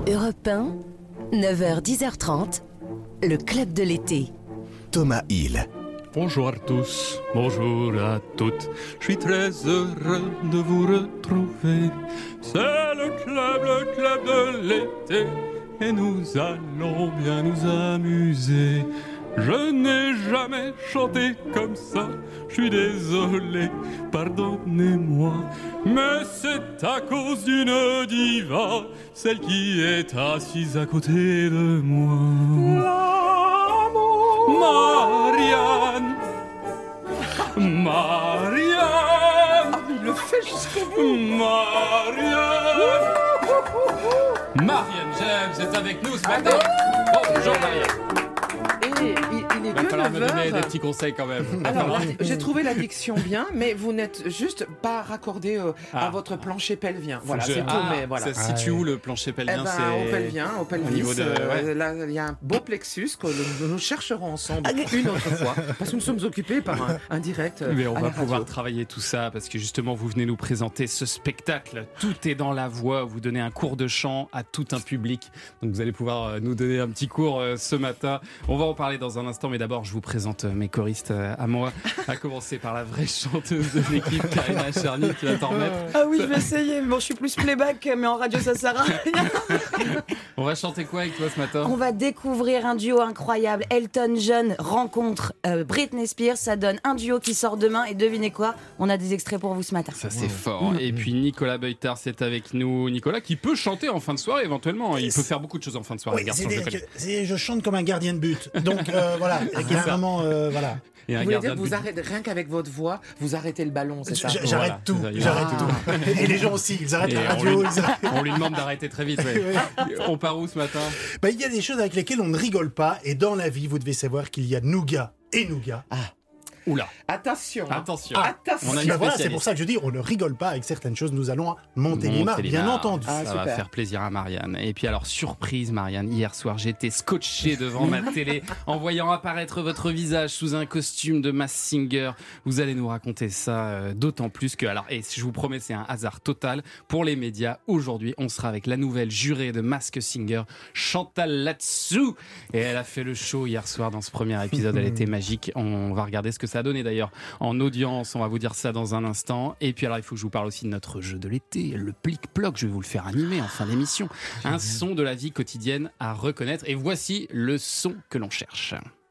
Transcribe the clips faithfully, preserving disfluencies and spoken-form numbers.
Europe un, neuf heures dix heures trente, le club de l'été. Thomas Hill. Bonjour à tous, bonjour à toutes. Je suis très heureux de vous retrouver. C'est le club, le club de l'été. Et nous allons bien nous amuser. Je n'ai jamais chanté comme ça. Je suis désolé, pardonnez-moi. Mais c'est à cause d'une diva, celle qui est assise à côté de moi. Marianne. Marianne. Ah, mais il le fait jusqu'au bout. Marianne. Marianne James est avec nous ce matin. Bonjour Marianne. Et il, il est Il va que falloir me neuf donner heures. des petits conseils quand même. Alors, j'ai trouvé la diction bien, mais vous n'êtes juste pas raccordé euh, Ah. à votre plancher pelvien. Voilà, Je- c'est tout, Ah, mais voilà. Ça se situe où le plancher Eh pelvien? ben, c'est... au pelvien, au pelvis, niveau de- euh, ouais. là, il y a un beau plexus que nous, nous chercherons ensemble une autre fois, parce que nous sommes occupés par un, un direct euh, Mais on à va la pouvoir radio. travailler tout ça parce que justement vous venez nous présenter ce spectacle. Tout est dans la voix. Vous donnez un cours de chant à tout un public. Donc vous allez pouvoir euh, nous donner un petit cours euh, ce matin. On va en parler dans un instant, mais d'abord je vous présente euh, mes choristes euh, à moi. À commencer par la vraie chanteuse de l'équipe, Karina Charny. Tu vas t'en remettre. Ah oui, je vais essayer. Bon, je suis plus playback, mais en radio, ça sert à rien. On va chanter quoi avec toi ce matin? On va découvrir un duo incroyable. Elton John rencontre euh, Britney Spears. Ça donne un duo qui sort demain. Et devinez quoi? On a des extraits pour vous ce matin. Ça c'est fort. Et puis Nicolas Beutard c'est avec nous. Nicolas qui peut chanter en fin de soirée éventuellement. Il peut faire beaucoup de choses en fin de soirée. Oui, garçon, je le c'est-à-dire connais. que c'est- je chante comme un gardien de but. Donc euh, voilà, il y a vraiment euh, voilà. Et un Vous voulez gardien dire que de vous but. arrêtez, rien qu'avec votre voix, vous arrêtez le ballon, c'est ça? J- J'arrête Voilà, tout, c'est ça, j'arrête ah. tout. Et les gens aussi, ils arrêtent Et la on radio. lui- ils arrêtent- On lui demande d'arrêter très vite. ouais. On part où ce matin? Bah, il y a des choses avec lesquelles on ne rigole pas. Et dans la vie, vous devez savoir qu'il y a nougat et nougat. Oula. Attention, hein. Attention. Attention. On a une Bah voilà, c'est spécialiste. pour ça que je dis, on ne rigole pas avec certaines choses. Nous allons à Montélimar, bien Montélimar. entendu. Ah, Ça va super. faire plaisir à Marianne. Et puis alors, surprise Marianne, hier soir j'étais scotché devant ma télé en voyant apparaître votre visage sous un costume de Masked Singer. Vous allez nous raconter ça euh, d'autant plus que, alors, et je vous promets c'est un hasard total pour les médias. Aujourd'hui on sera avec la nouvelle jurée de Masked Singer, Chantal Latsou. Et elle a fait le show hier soir dans ce premier épisode, elle était magique. On va regarder ce que ça a donné d'ailleurs en audience, on va vous dire ça dans un instant. Et puis alors il faut que je vous parle aussi de notre jeu de l'été, le plic-ploc, je vais vous le faire animer en fin d'émission. Un son de la vie quotidienne à reconnaître. Et voici le son que l'on cherche.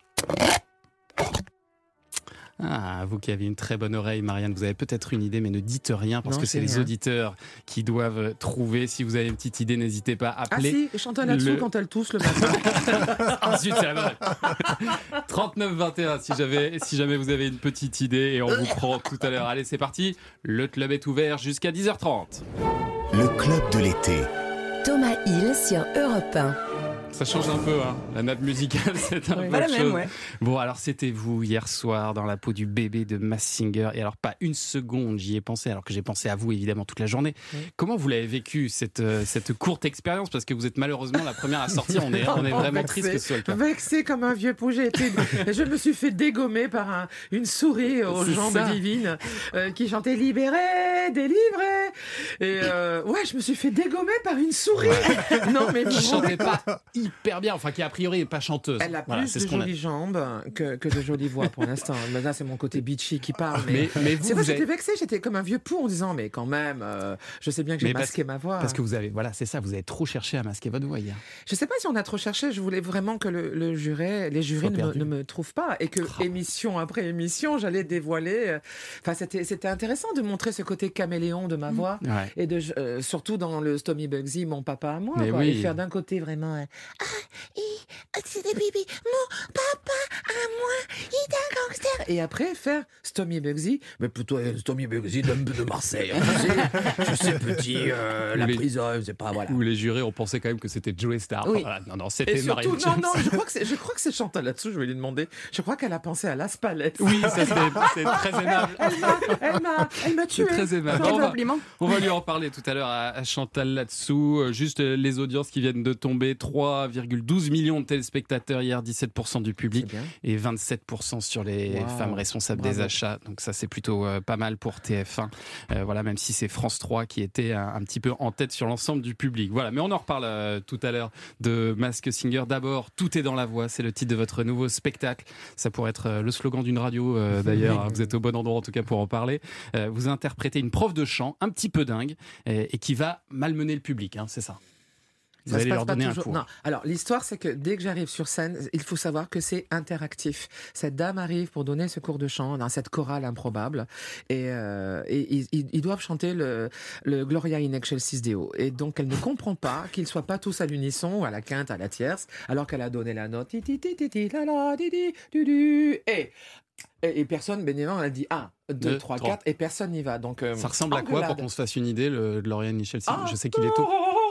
Ah, vous qui avez une très bonne oreille, Marianne, vous avez peut-être une idée, mais ne dites rien parce Non, que c'est c'est les rien. auditeurs qui doivent trouver. Si vous avez une petite idée, n'hésitez pas à Ah appeler. si, Chantal là-dessous le- quand elle tousse le matin. Ensuite, c'est la bonne. trente-neuf vingt et un si, j'avais- si jamais vous avez une petite idée et on vous prend tout à l'heure. Allez, c'est parti. Le club est ouvert jusqu'à dix heures trente. Le club de l'été. Thomas Hill sur Europe un. Ça change un peu, hein. La nappe musicale, c'est un Ouais, peu pas la autre même, chose. ouais. Bon, alors c'était vous hier soir dans la peau du bébé de Masked Singer. Et alors, pas une seconde, j'y ai pensé, alors que j'ai pensé à vous évidemment toute la journée. Comment vous l'avez vécu, cette, euh, cette courte expérience? Parce que vous êtes malheureusement la première à sortir. On est, on est Oh, vraiment vexé, triste que ce soit le cas. Vexé comme un vieux pou, j'ai été. Je me suis fait dégommer par un- une souris aux C'est jambes ça. divines euh, qui chantait libéré, délivré. Et euh, ouais, je me suis fait dégommer par une souris. Non, mais Qui vous vous rendez chantait pas hyper bien, enfin qui a priori n'est pas chanteuse. Elle a Voilà, plus c'est de ce qu'on a. jolies jambes que, que de jolies voix pour l'instant. Mais là, c'est mon côté bitchy qui parle. Mais, Mais, mais vous, c'est vrai, vous j'étais avez- vexée. J'étais comme un vieux pou en disant, mais quand même, euh, je sais bien que j'ai Mais parce- masqué ma voix. Parce que vous avez, voilà, c'est ça, vous avez trop cherché à masquer votre voix hier. Je sais pas si on a trop cherché. Je voulais vraiment que le, le juré, les jurés Soit ne me, perdu. ne me trouvent pas et que Oh. émission après émission, j'allais dévoiler. euh, Enfin, c'était c'était intéressant de montrer ce côté caméléon de ma voix. Ouais. Et de, euh, surtout dans le Stomy Bugsy, mon papa à moi. Mais quoi, oui. Et faire d'un côté vraiment. euh, ah, il- c'est des bébés, mon papa à moi, il est un gangster. Et après faire Stomy Bugsy, mais plutôt euh, Stomy Bugsy de, de Marseille. hein, tu sais, je sais petit, euh, la Les- prison, c'est pas voilà. Où les jurés ont pensé quand même que c'était Joey Star. Oui. Voilà, non, non, Et c'était surtout, Marianne non, James. non, je crois que c'est, je crois que c'est Chantal là-dessous, je vais lui demander. Je crois qu'elle a pensé à Las Palais. Oui, ça, c'est c'est très aimable. Elle m'a, elle m'a, elle m'a tué. C'est très aimable. Quel On va, compliment. on va lui en parler tout à l'heure à, à Chantal là-dessous. Euh, Juste euh, les audiences qui viennent de tomber. trois virgule douze millions de téléspectateurs hier, dix-sept pour cent du public. C'est bien. et vingt-sept pour cent sur les Wow. femmes responsables Bravo. des achats. Donc ça, c'est plutôt euh, pas mal pour T F un. Euh, voilà, même si c'est France trois qui était un, un petit peu en tête sur l'ensemble du public. Voilà, mais on en reparle euh, tout à l'heure de Masked Singer. D'abord, tout est dans la voix. C'est le titre de votre nouveau spectacle. Ça pourrait être euh, le slogan d'une radio, euh, d'ailleurs. Vous êtes au bon endroit, en tout cas, pour en parler. Euh, vous interprétez une prof de chant un petit peu dingue et, et qui va malmener le public, hein, c'est ça. Vous Ça se allez passe leur pas donner un toujours. cours. Non. Alors l'histoire, c'est que dès que j'arrive sur scène, il faut savoir que c'est interactif. Cette dame arrive pour donner ce cours de chant dans cette chorale improbable, et, euh, et ils, ils- ils doivent chanter le, le Gloria in Excelsis Deo. Et donc elle ne comprend pas qu'ils soient pas tous à l'unisson, à la quinte, à la tierce, alors qu'elle a donné la note. Ti, ti, ti, ti, ti, la, la, di, di, du, du. Et et, et personne, bénévent, elle dit un, deux, Deux, trois, trois. quatre, et personne n'y va. Donc euh, Ça ressemble à quoi engueulade. pour qu'on se fasse une idée, le de Lauriane Michel? Ah. Je sais qu'il est tôt.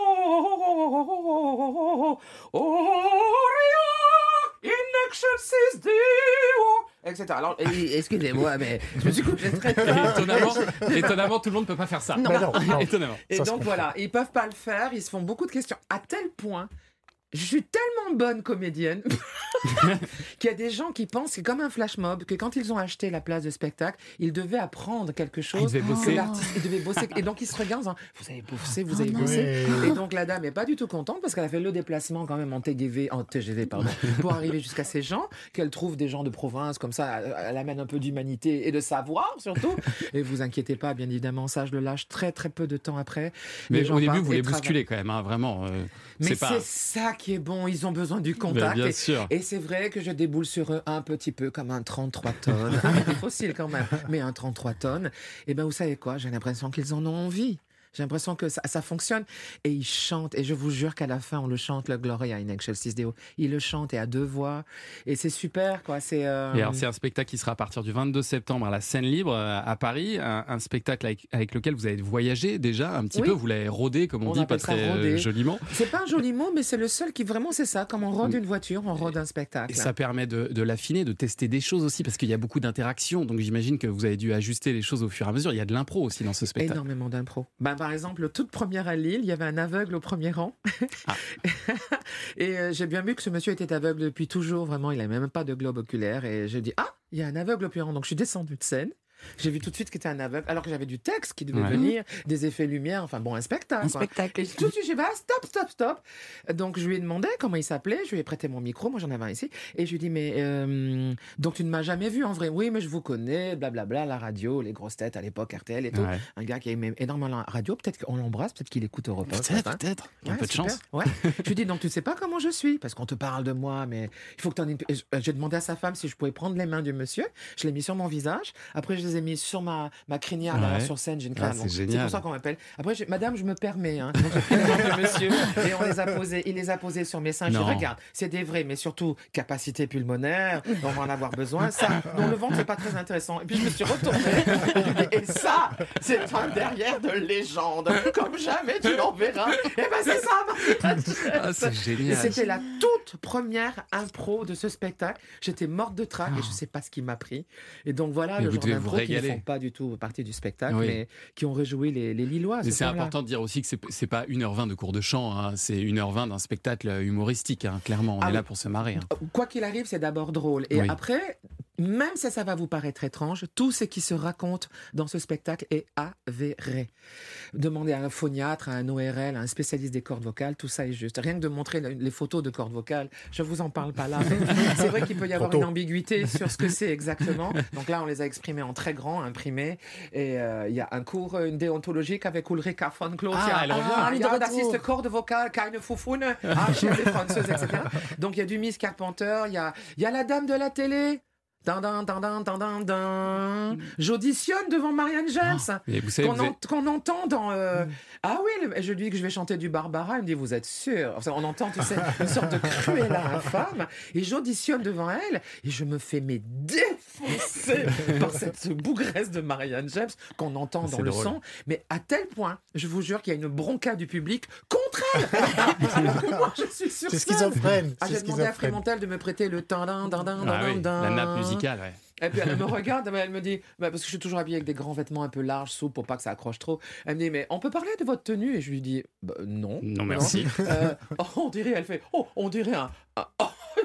Etc. Alors, et- excusez-moi, mais je me suis couché très Et tard. étonnamment, étonnamment, tout le monde ne peut pas faire ça. Non. Mais non, non. Étonnamment. Et Ça se donc comprend. voilà, ils peuvent pas le faire, ils se font beaucoup de questions. À tel point, je suis tellement bonne comédienne qu'il y a des gens qui pensent que c'est comme un flash mob, que quand ils ont acheté la place de spectacle, ils devaient apprendre quelque chose. ils devaient bosser. Que l'artiste, ils devaient bosser. Et donc ils se regardent en disant, vous avez bossé, vous avez non. bossé. Ouais. Et donc la dame est pas du tout contente parce qu'elle a fait le déplacement quand même en T G V, en T G V pardon, pour arriver jusqu'à ces gens, qu'elle trouve des gens de province comme ça, elle amène un peu d'humanité et de savoir surtout. Et vous inquiétez pas, bien évidemment, ça je le lâche très très peu de temps après. Mais Les gens au début, partent vous et les travaillent. bousculez quand même, hein, vraiment. euh, Mais c'est c'est pas. ça qui est bon, ils ont besoin du Mais contact. bien et sûr. et c'est vrai que je déboule sur eux un petit peu comme un trente-trois tonnes. Ah, mais des fossiles quand même, mais un trente-trois tonnes. Et ben vous savez quoi, j'ai l'impression qu'ils en ont envie. J'ai l'impression que ça, ça fonctionne. Et ils chantent. Et je vous jure qu'à la fin, on le chante, le Gloria in Excelsis Deo. Ils le chantent et à deux voix. Et c'est super, quoi. C'est, euh, Et alors, c'est un spectacle qui sera à partir du vingt-deux septembre à la Scène Libre euh, à Paris. Un, un spectacle avec, avec lequel vous avez voyagé déjà un petit Oui. peu. Vous l'avez rodé, comme on, On dit, pas appelle ça très euh, rodé. joliment. c'est pas un joli mot, mais c'est le seul qui vraiment, c'est ça. Comme on rôde une voiture, on rôde un spectacle. Et ça permet de, de l'affiner, de tester des choses aussi, parce qu'il y a beaucoup d'interactions. Donc j'imagine que vous avez dû ajuster les choses au fur et à mesure. Il y a de l'impro aussi dans ce spectacle. Énormément d'impro. Ben, par exemple, toute première à Lille, il y avait un aveugle au premier rang. Ah. Et euh, j'ai bien vu que ce monsieur était aveugle depuis toujours, vraiment, il n'avait même pas de globe oculaire. Et j'ai dit, ah, il y a un aveugle au premier rang. Donc je suis descendu de scène. J'ai vu tout de suite qu'il était un aveugle, alors que j'avais du texte qui devait Ouais. venir, des effets lumière, enfin bon, un spectacle. Un quoi. spectacle. Et tout de suite, j'ai dit, ah, stop, stop, stop. Donc, je lui ai demandé comment il s'appelait. Je lui ai prêté mon micro. Moi, j'en avais un ici. Et je lui ai dit, mais, euh, donc, tu ne m'as jamais vu en vrai? Oui, mais je vous connais, blablabla, la radio, les grosses têtes à l'époque, R T L et tout. Ouais. Un gars qui aimait énormément la radio. Peut-être qu'on l'embrasse, peut-être qu'il écoute Europe un. ce Peut-être, matin. peut-être. Il y a un Ouais, peu de super. chance. Ouais. Je lui dis, donc tu sais pas comment je suis, parce qu'on te parle de moi, mais il faut que tu en aies une... Et J'ai demandé à sa femme si je pouvais prendre les mains du monsieur. Je l'ai mis sur mon visage. Après, je les ai mis sur ma, ma crinière, derrière, Ouais. sur scène. J'ai une Ah, crâne. c'est donc génial. pour ça qu'on m'appelle. Après, j'ai- madame, je me permets. Hein. Donc, j'ai pris les mains du monsieur et on les a posés. Il les a posés sur mes seins. Je Non. dis, regarde, c'est des vrais, mais surtout capacité pulmonaire. On va en avoir besoin. Ça, non, le ventre, c'est pas très intéressant. Et puis, je me suis retournée. Et, je lui dis, et ça, c'est un derrière de légende. Comme jamais tu n'en verras. Et ben, c'est ça, ma Ah, c'est Et génial. c'était la toute première impro de ce spectacle. J'étais morte de trac et je sais pas ce qui m'a pris. Et donc voilà Mais le vous genre devez vous d'impro qui ne régaler. font pas du tout partie du spectacle, Oui. mais qui ont réjoui les, les Lillois. à ce Mais c'est soir-là. important de dire aussi que c'est, c'est pas une heure vingt de cours de chant, hein. C'est une heure vingt d'un spectacle humoristique, hein. Clairement. On Ah est oui. là pour se marrer. hein. Quoi qu'il arrive, c'est d'abord drôle. Et Oui. après, même si ça va vous paraître étrange, tout ce qui se raconte dans ce spectacle est avéré. Demandez à un phoniatre, à un O R L, à un spécialiste des cordes vocales, tout ça est juste. Rien que de montrer le- les photos de cordes vocales, je vous en parle pas là. mais c'est vrai qu'il peut y avoir Trop tôt. une ambiguïté sur ce que c'est exactement. Donc là, on les a exprimés en très grand, imprimés. Et euh, il y a un cours, une déontologique avec Ulrika von Claude. Ah, elle revient. Ah, Il y de a retour. d'assiste cordes vocales, keine Foufoune, ah, chef des Françaises, et cetera. Donc il y a du Miss Carpenter, il y a, il y a la dame de la télé. Dan, dan, dan, dan, dan, dan, dan. J'auditionne devant Marianne James. Et vous savez, Qu'on vous avez- ent- qu'on entend dans... euh, Ah oui, le- je lui dis que je vais chanter du Barbara. Il me dit, vous êtes sûr? Enfin, on entend, tu sais, une sorte de Cruella infâme. Et j'auditionne devant elle. Et je me fais mais défoncer par cette bougresse de Marianne James qu'on entend dans C'est le drôle. son. Mais à tel point, je vous jure qu'il y a une bronca du public contre elle. Alors que moi, je suis sur C'est scène. schizophrène. Ah, c'est j'ai demandé à schizophrène. Frémontel de me prêter le tin din din din Ah din oui, din. la nappe musicale, ouais. Et puis elle me regarde, mais elle me dit, bah, parce que je suis toujours habillée avec des grands vêtements un peu larges, souples, pour pas que ça accroche trop. Elle me dit, mais on peut parler de votre tenue? Et je lui dis, bah, non. Non, merci. Euh, oh, on dirait, elle fait, oh, on dirait un. un- oh,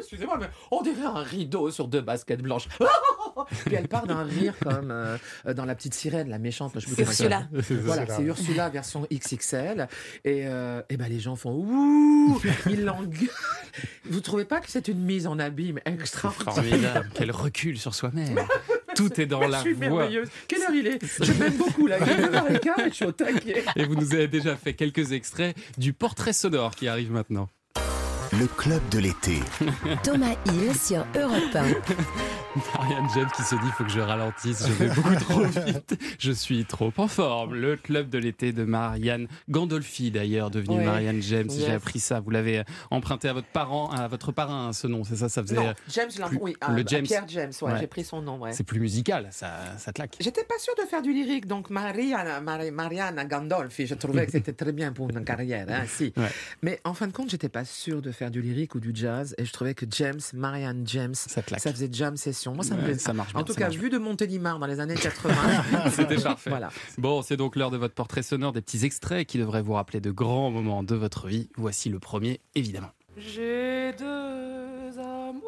excusez-moi, mais on dirait un rideau sur deux baskets blanches. Puis elle part d'un rire comme euh, dans La Petite Sirène, la méchante. Je sais plus comment elle Ursula. s'appelle. Voilà, c'est Ursula version X X L. Et, euh, et ben les gens font ouh, ils l'engueulent. Vous trouvez pas que c'est une mise en abîme extraordinaire? Formidable. Quel recul sur soi-même. Tout est dans la Je suis voix. merveilleuse. Quelle heure il est? Je m'aime beaucoup là. Il est neuf heures quinze et je suis au taquet. Et vous nous avez déjà fait quelques extraits du portrait sonore qui arrive maintenant. Le club de l'été. Thomas Hill sur Europe un. Marianne James qui se dit il faut que je ralentisse, je vais beaucoup trop vite, je suis trop en forme. Le club de l'été de Marianne Gandolfi d'ailleurs, devenue Ouais. Marianne James. Yes. J'ai appris ça. Vous l'avez emprunté à votre parent, à votre parrain, ce nom, c'est ça, ça faisait. Non, James, plus- oui, le euh, James. Pierre James, ouais, Ouais. j'ai pris son nom. Ouais. C'est plus musical, ça, ça claque. J'étais pas sûre de faire du lyrique, donc Mariana, Mari- Mariana Gandolfi, je trouvais que c'était très bien pour une carrière, hein, si. Ouais. Mais en fin de compte, j'étais pas sûre de faire du lyrique ou du jazz, et je trouvais que James, Marianne James, Ça claque. ça faisait jam session. Moi, ça me Ouais, plaisait. ça marche bien, En tout ça cas, marche vu de Montélimar dans les années quatre-vingts, C'était parfait. Voilà. Bon, c'est donc l'heure de votre portrait sonore, des petits extraits qui devraient vous rappeler de grands moments de votre vie. Voici le premier, évidemment. J'ai deux amours,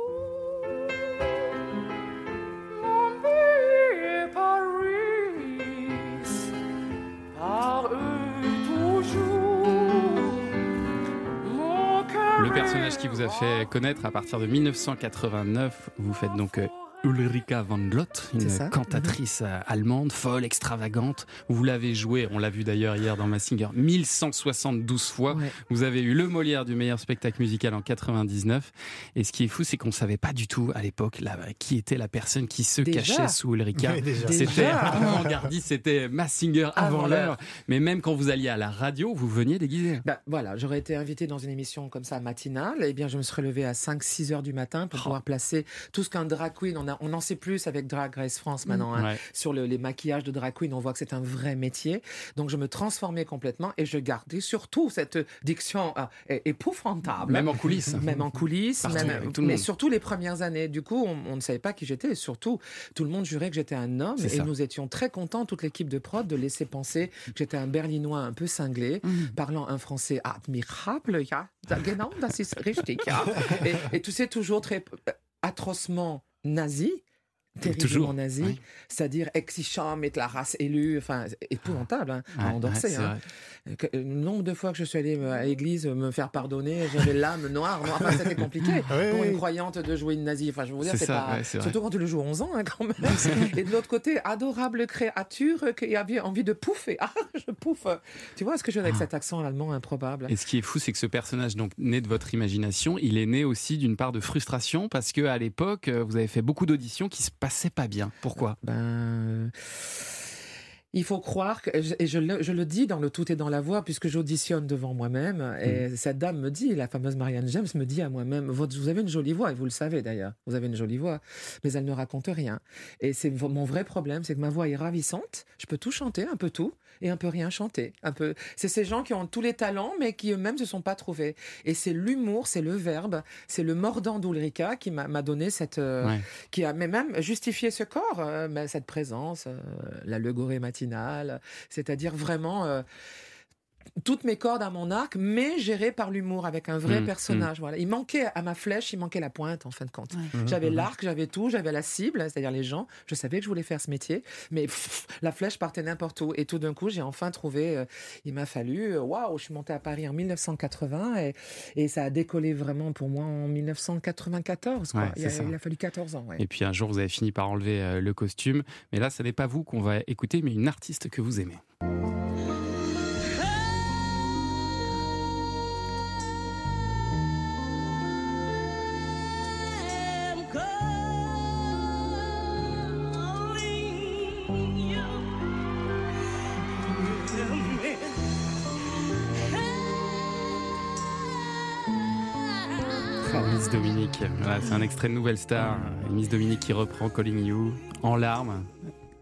mon pays et Paris, par eux toujours, mon cœur. Le personnage qui vous a fait connaître à partir de dix-neuf cent quatre-vingt-neuf, vous faites donc euh, Ulrika von Lott, une C'est ça. cantatrice euh, allemande, folle, extravagante. Vous l'avez joué, on l'a vu d'ailleurs hier dans Massinger, mille cent soixante-douze fois. Ouais. Vous avez eu le Molière du meilleur spectacle musical en quatre-vingt-dix-neuf. Et ce qui est fou, c'est qu'on ne savait pas du tout à l'époque là, qui était la personne qui se Déjà. cachait sous Ulrika. Oui, déjà. C'était Déjà. avant-gardiste, c'était Massinger avant, Avant l'heure. l'heure. Mais même quand vous alliez à la radio, vous veniez déguisé. Bah, voilà, j'aurais été invitée dans une émission comme ça matinale, et bien je me serais levée à cinq six heures du matin pour Oh. pouvoir placer tout ce qu'un drag queen, on, a, on en sait plus avec Drag Race France maintenant, hein. Ouais. Sur le- les maquillages de drag queen, on voit que c'est un vrai métier, donc je me transformais complètement et je gardais surtout cette diction euh, é- épouvantable. Même en coulisses. Même en coulisses, Partout, même, avec tout le mais monde. surtout les premières années. Du coup, on, on ne savait pas qui j'étais. Et surtout, tout le monde jurait que j'étais un homme. C'est Et ça. nous étions très contents, toute l'équipe de prod, de laisser penser que j'étais un Berlinois un peu cinglé, Mhm. parlant un français admirable. Ja, genau, das ist richtig. Ja. Et, et tu sais, toujours très euh, atrocement nazi. Terriblement Toujours, nazi, oui. c'est-à-dire exigeant, mettre la race élue, enfin, épouvantable, hein, à Ouais, endorser. ouais, c'est hein. Que- Le nombre de fois que je suis allée euh, à l'église euh, me faire pardonner, j'avais l'âme noire. noire. Enfin, c'était compliqué Ah oui, pour oui. une croyante de jouer une nazie. Enfin, je veux vous dire, C'est c'est ça, pas. ouais, c'est vrai. Surtout quand tu le joues onze ans, hein, quand même. Et de l'autre côté, adorable créature qui avait envie de pouffer. Ah, je pouffe. Tu vois ce que je veux dire avec Ah. cet accent allemand improbable? Et ce qui est fou, c'est que ce personnage, donc né de votre imagination, il est né aussi d'une part de frustration parce que à l'époque, euh, vous avez fait beaucoup d'auditions qui se passaient pas bien. Pourquoi? Ben. euh, Il faut croire, que, et je le, je le dis dans le tout est dans la voix, puisque j'auditionne devant moi-même, et cette dame me dit, la fameuse Marianne James me dit à moi-même, votre, vous avez une jolie voix, et vous le savez d'ailleurs, vous avez une jolie voix, mais elle ne raconte rien. Et c'est v- mon vrai problème, c'est que ma voix est ravissante, je peux tout chanter, un peu tout, et un peu rien chanter. Un peu. C'est ces gens qui ont tous les talents, mais qui eux-mêmes se sont pas trouvés. Et c'est l'humour, c'est le verbe, c'est le mordant d'Ulrika qui m'a m'a donné cette... euh, Ouais. qui a mais même justifié ce corps, euh, mais cette présence, euh, la logorée matinale, c'est-à-dire vraiment euh, toutes mes cordes à mon arc, mais gérées par l'humour, avec un vrai Mmh, personnage. Voilà. Il manquait à ma flèche, il manquait la pointe, en fin de compte. Ouais. J'avais l'arc, j'avais tout, j'avais la cible, c'est-à-dire les gens. Je savais que je voulais faire ce métier, mais pff, la flèche partait n'importe où. Et tout d'un coup, j'ai enfin trouvé, euh, il m'a fallu, euh, waouh, je suis montée à Paris en dix-neuf cent quatre-vingts, et, et ça a décollé vraiment pour moi en dix-neuf cent quatre-vingt-quatorze. Quoi. Ouais, il, a, c'est ça. il a fallu quatorze ans. Ouais. Et puis un jour, vous avez fini par enlever euh, le costume. Mais là, ce n'est pas vous qu'on va écouter, mais une artiste que vous aimez. Miss Dominique. Voilà, c'est un extrait de Nouvelle Star. Miss Dominique qui reprend Calling You en larmes.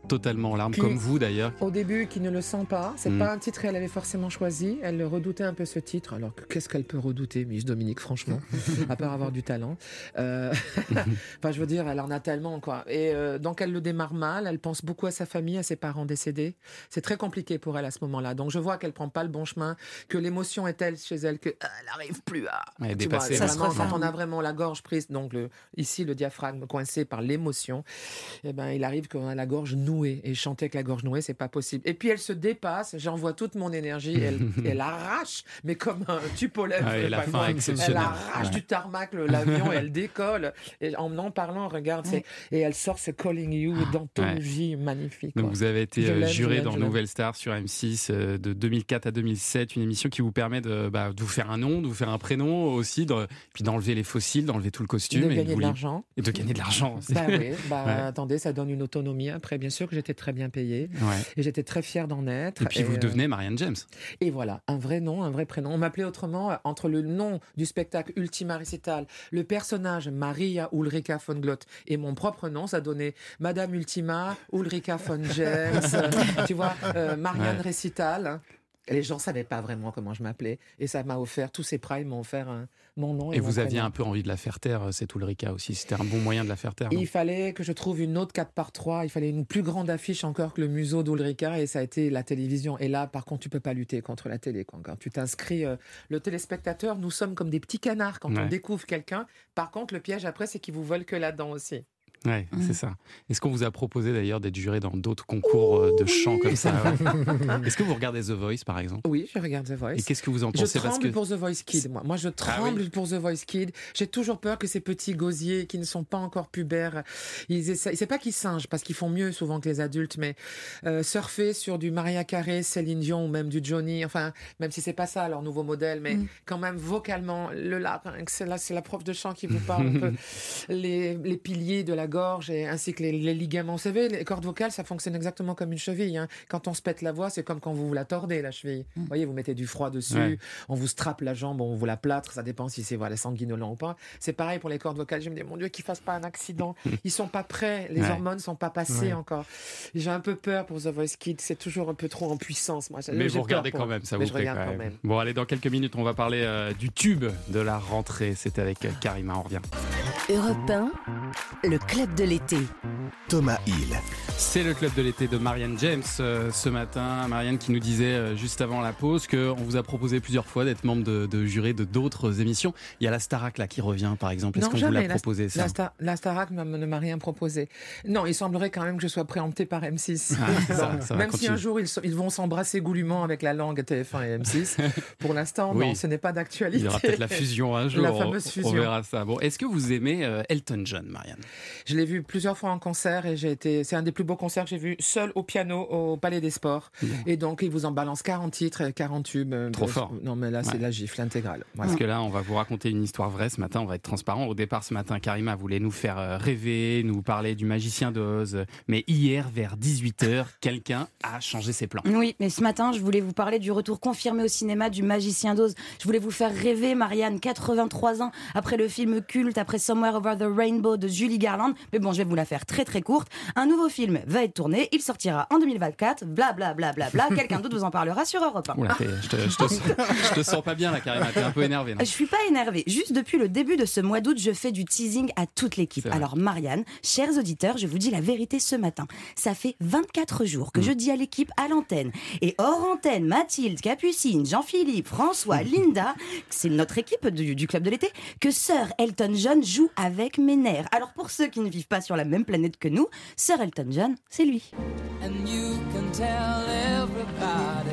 totalement en larmes, Puis, comme vous d'ailleurs. Au début, qui ne le sent pas. C'est Mm. pas un titre qu'elle avait forcément choisi. Elle redoutait un peu ce titre. Alors que qu'est-ce qu'elle peut redouter, Miss Dominique, franchement, à part avoir du talent. Euh... enfin, je veux dire, elle en a tellement, quoi. Et euh, donc, elle le démarre mal. Elle pense beaucoup à sa famille, à ses parents décédés. C'est très compliqué pour elle à ce moment-là. Donc, je vois qu'elle prend pas le bon chemin, que l'émotion est telle chez elle que ah, elle n'arrive plus à. Elle est Tu vois, dépassée, c'est ouais. vraiment, Ça se quand on a referme. vraiment la gorge prise, donc le, ici le diaphragme coincé par l'émotion, eh ben, il arrive qu'on a la gorge nouée. Et chanter avec la gorge nouée, c'est pas possible. Et puis elle se dépasse, j'envoie toute mon énergie, elle, elle arrache, mais comme un tupolève. Ah, et la fin est elle exceptionnelle. arrache Ouais. du tarmac le- l'avion et elle décolle. Et en en parlant, regarde, c'est, et elle sort ce Calling You d'anthologie magnifique. Donc quoi. vous avez été Je euh, l'aime, je juré l'aime, dans je l'aime. Nouvelle Star sur M six euh, de deux mille quatre à deux mille sept, une émission qui vous permet de, bah, de vous faire un nom, de vous faire un prénom aussi, de, puis d'enlever les fossiles, d'enlever tout le costume De et, gagner vous de li- l'argent. et de gagner de l'argent aussi. Bah oui, bah Ouais. attendez, ça donne une autonomie après. Bien sûr que j'étais très bien payée Ouais. et j'étais très fière d'en être. Et puis vous euh, devenez Marianne James. Et voilà, un vrai nom, un vrai prénom. On m'appelait autrement euh, entre le nom du spectacle Ultima Recital, le personnage Maria Ulrika von Glott et mon propre nom, ça donnait Madame Ultima Ulrika von James, euh, tu vois, euh, Marianne Ouais. Recital. hein. Et les gens savaient pas vraiment comment je m'appelais et ça m'a offert, tous ces primes m'ont offert un- mon nom. Et, Et mon vous aviez prénom. un peu envie de la faire taire, cette Ulrika aussi. C'était un bon moyen de la faire taire. non Il fallait que je trouve une autre quatre par trois, il fallait une plus grande affiche encore que le museau d'Ulrika et ça a été la télévision. Et là, par contre, tu peux pas lutter contre la télé. Quoi. Quand tu t'inscris, euh, le téléspectateur, nous sommes comme des petits canards quand Ouais. on découvre quelqu'un. Par contre, le piège après, c'est qu'ils vous veulent que là-dedans aussi. Ouais, Mm. c'est ça. Est-ce qu'on vous a proposé d'ailleurs d'être juré dans d'autres concours euh, de chant comme ça ouais Est-ce que vous regardez The Voice par exemple Oui, je regarde The Voice. Et qu'est-ce que vous en Je pensez Parce tremble que pour The Voice Kid, moi. Moi, je tremble Ah oui. pour The Voice Kid. J'ai toujours peur que ces petits gosiers qui ne sont pas encore pubères, ils essaient, c'est pas qu'ils singent, parce qu'ils font mieux souvent que les adultes, mais euh, surfer sur du Mariah Carey, Céline Dion ou même du Johnny, enfin, même si c'est pas ça leur nouveau modèle, mais Mm. quand même vocalement, le là, c'est là, c'est la prof de chant qui vous parle un peu, les, les piliers de la gorge et ainsi que les, les ligaments. Vous savez, les cordes vocales, ça fonctionne exactement comme une cheville. hein. Quand on se pète la voix, c'est comme quand vous vous la tordez, la cheville. Vous voyez, vous mettez du froid dessus, Ouais. on vous strappe la jambe, on vous la plâtre, ça dépend si c'est voilà, sanguinolent ou pas. C'est pareil pour les cordes vocales. Je me dis, mon Dieu, qu'ils fassent pas un accident. Ils sont pas prêts, les Ouais. hormones sont pas passées Ouais. encore. J'ai un peu peur pour The Voice Kids, c'est toujours un peu trop en puissance. Moi. Mais J'ai vous peur regardez pour quand eux. même, ça Mais vous je plaît regarde quand quand même. même. Bon, allez, dans quelques minutes, on va parler euh, du tube de la rentrée. C'était avec euh, Karima, on revient. Europe un, le club de l'été. Thomas Hill. C'est le club de l'été de Marianne James euh, ce matin. Marianne qui nous disait euh, juste avant la pause qu'on vous a proposé plusieurs fois d'être membre de, de jury de d'autres émissions. Il y a la Starac là qui revient par exemple. Est-ce Non, qu'on vous jamais. l'a proposé ça La, Star- la Starac ne m'a- ne m'a rien proposé. Non, il semblerait quand même que je sois préempté par M six. Ah, ça, Non, ça va même si continuer. un jour ils, so- ils vont s'embrasser goulûment avec la langue T F un et M six, pour l'instant, Oui. non, ce n'est pas d'actualité. Il y aura peut-être la fusion un jour. La on- fameuse on, fusion. verra ça. Bon, est-ce que vous aimez euh, Elton John, Marianne? Je l'ai vu plusieurs fois en concert et j'ai été, c'est un des plus beaux concerts que j'ai vu seul au piano au Palais des Sports. Et donc, il vous en balance quarante titres, quarante tubes. euh, Trop de- fort. Non, mais là, c'est Ouais. la gifle intégrale. Voilà. Parce que là, on va vous raconter une histoire vraie ce matin. On va être transparent. Au départ, ce matin, Karima voulait nous faire euh, rêver, nous parler du magicien d'Oz. Mais hier, vers dix-huit heures, quelqu'un a changé ses plans. Oui, mais ce matin, je voulais vous parler du retour confirmé au cinéma du Magicien d'Oz. Je voulais vous faire rêver, Marianne, quatre-vingt-trois ans après le film culte, après Somewhere Over the Rainbow de Julie Garland. Mais bon, je vais vous la faire très très courte. Un nouveau film va être tourné, il sortira en deux mille vingt-quatre, bla bla bla bla bla. Quelqu'un d'autre vous en parlera sur Europe un. Oula, t'es- je, te, je, te, je te sens pas bien là, Karima. T'es un peu énervée. non Je suis pas énervée. Juste depuis le début de ce mois d'août, je fais du teasing à toute l'équipe. C'est vrai. Alors Marianne, chers auditeurs, je vous dis la vérité ce matin. Ça fait vingt-quatre jours que je dis à l'équipe à l'antenne et hors antenne, Mathilde, Capucine, Jean-Philippe, François, Linda, c'est notre équipe du, du club de l'été, que Sir Elton John joue avec mes nerfs. Alors pour ceux qui ne vivent pas sur la même planète que nous, Sir Elton John, c'est lui. And you can tell everybody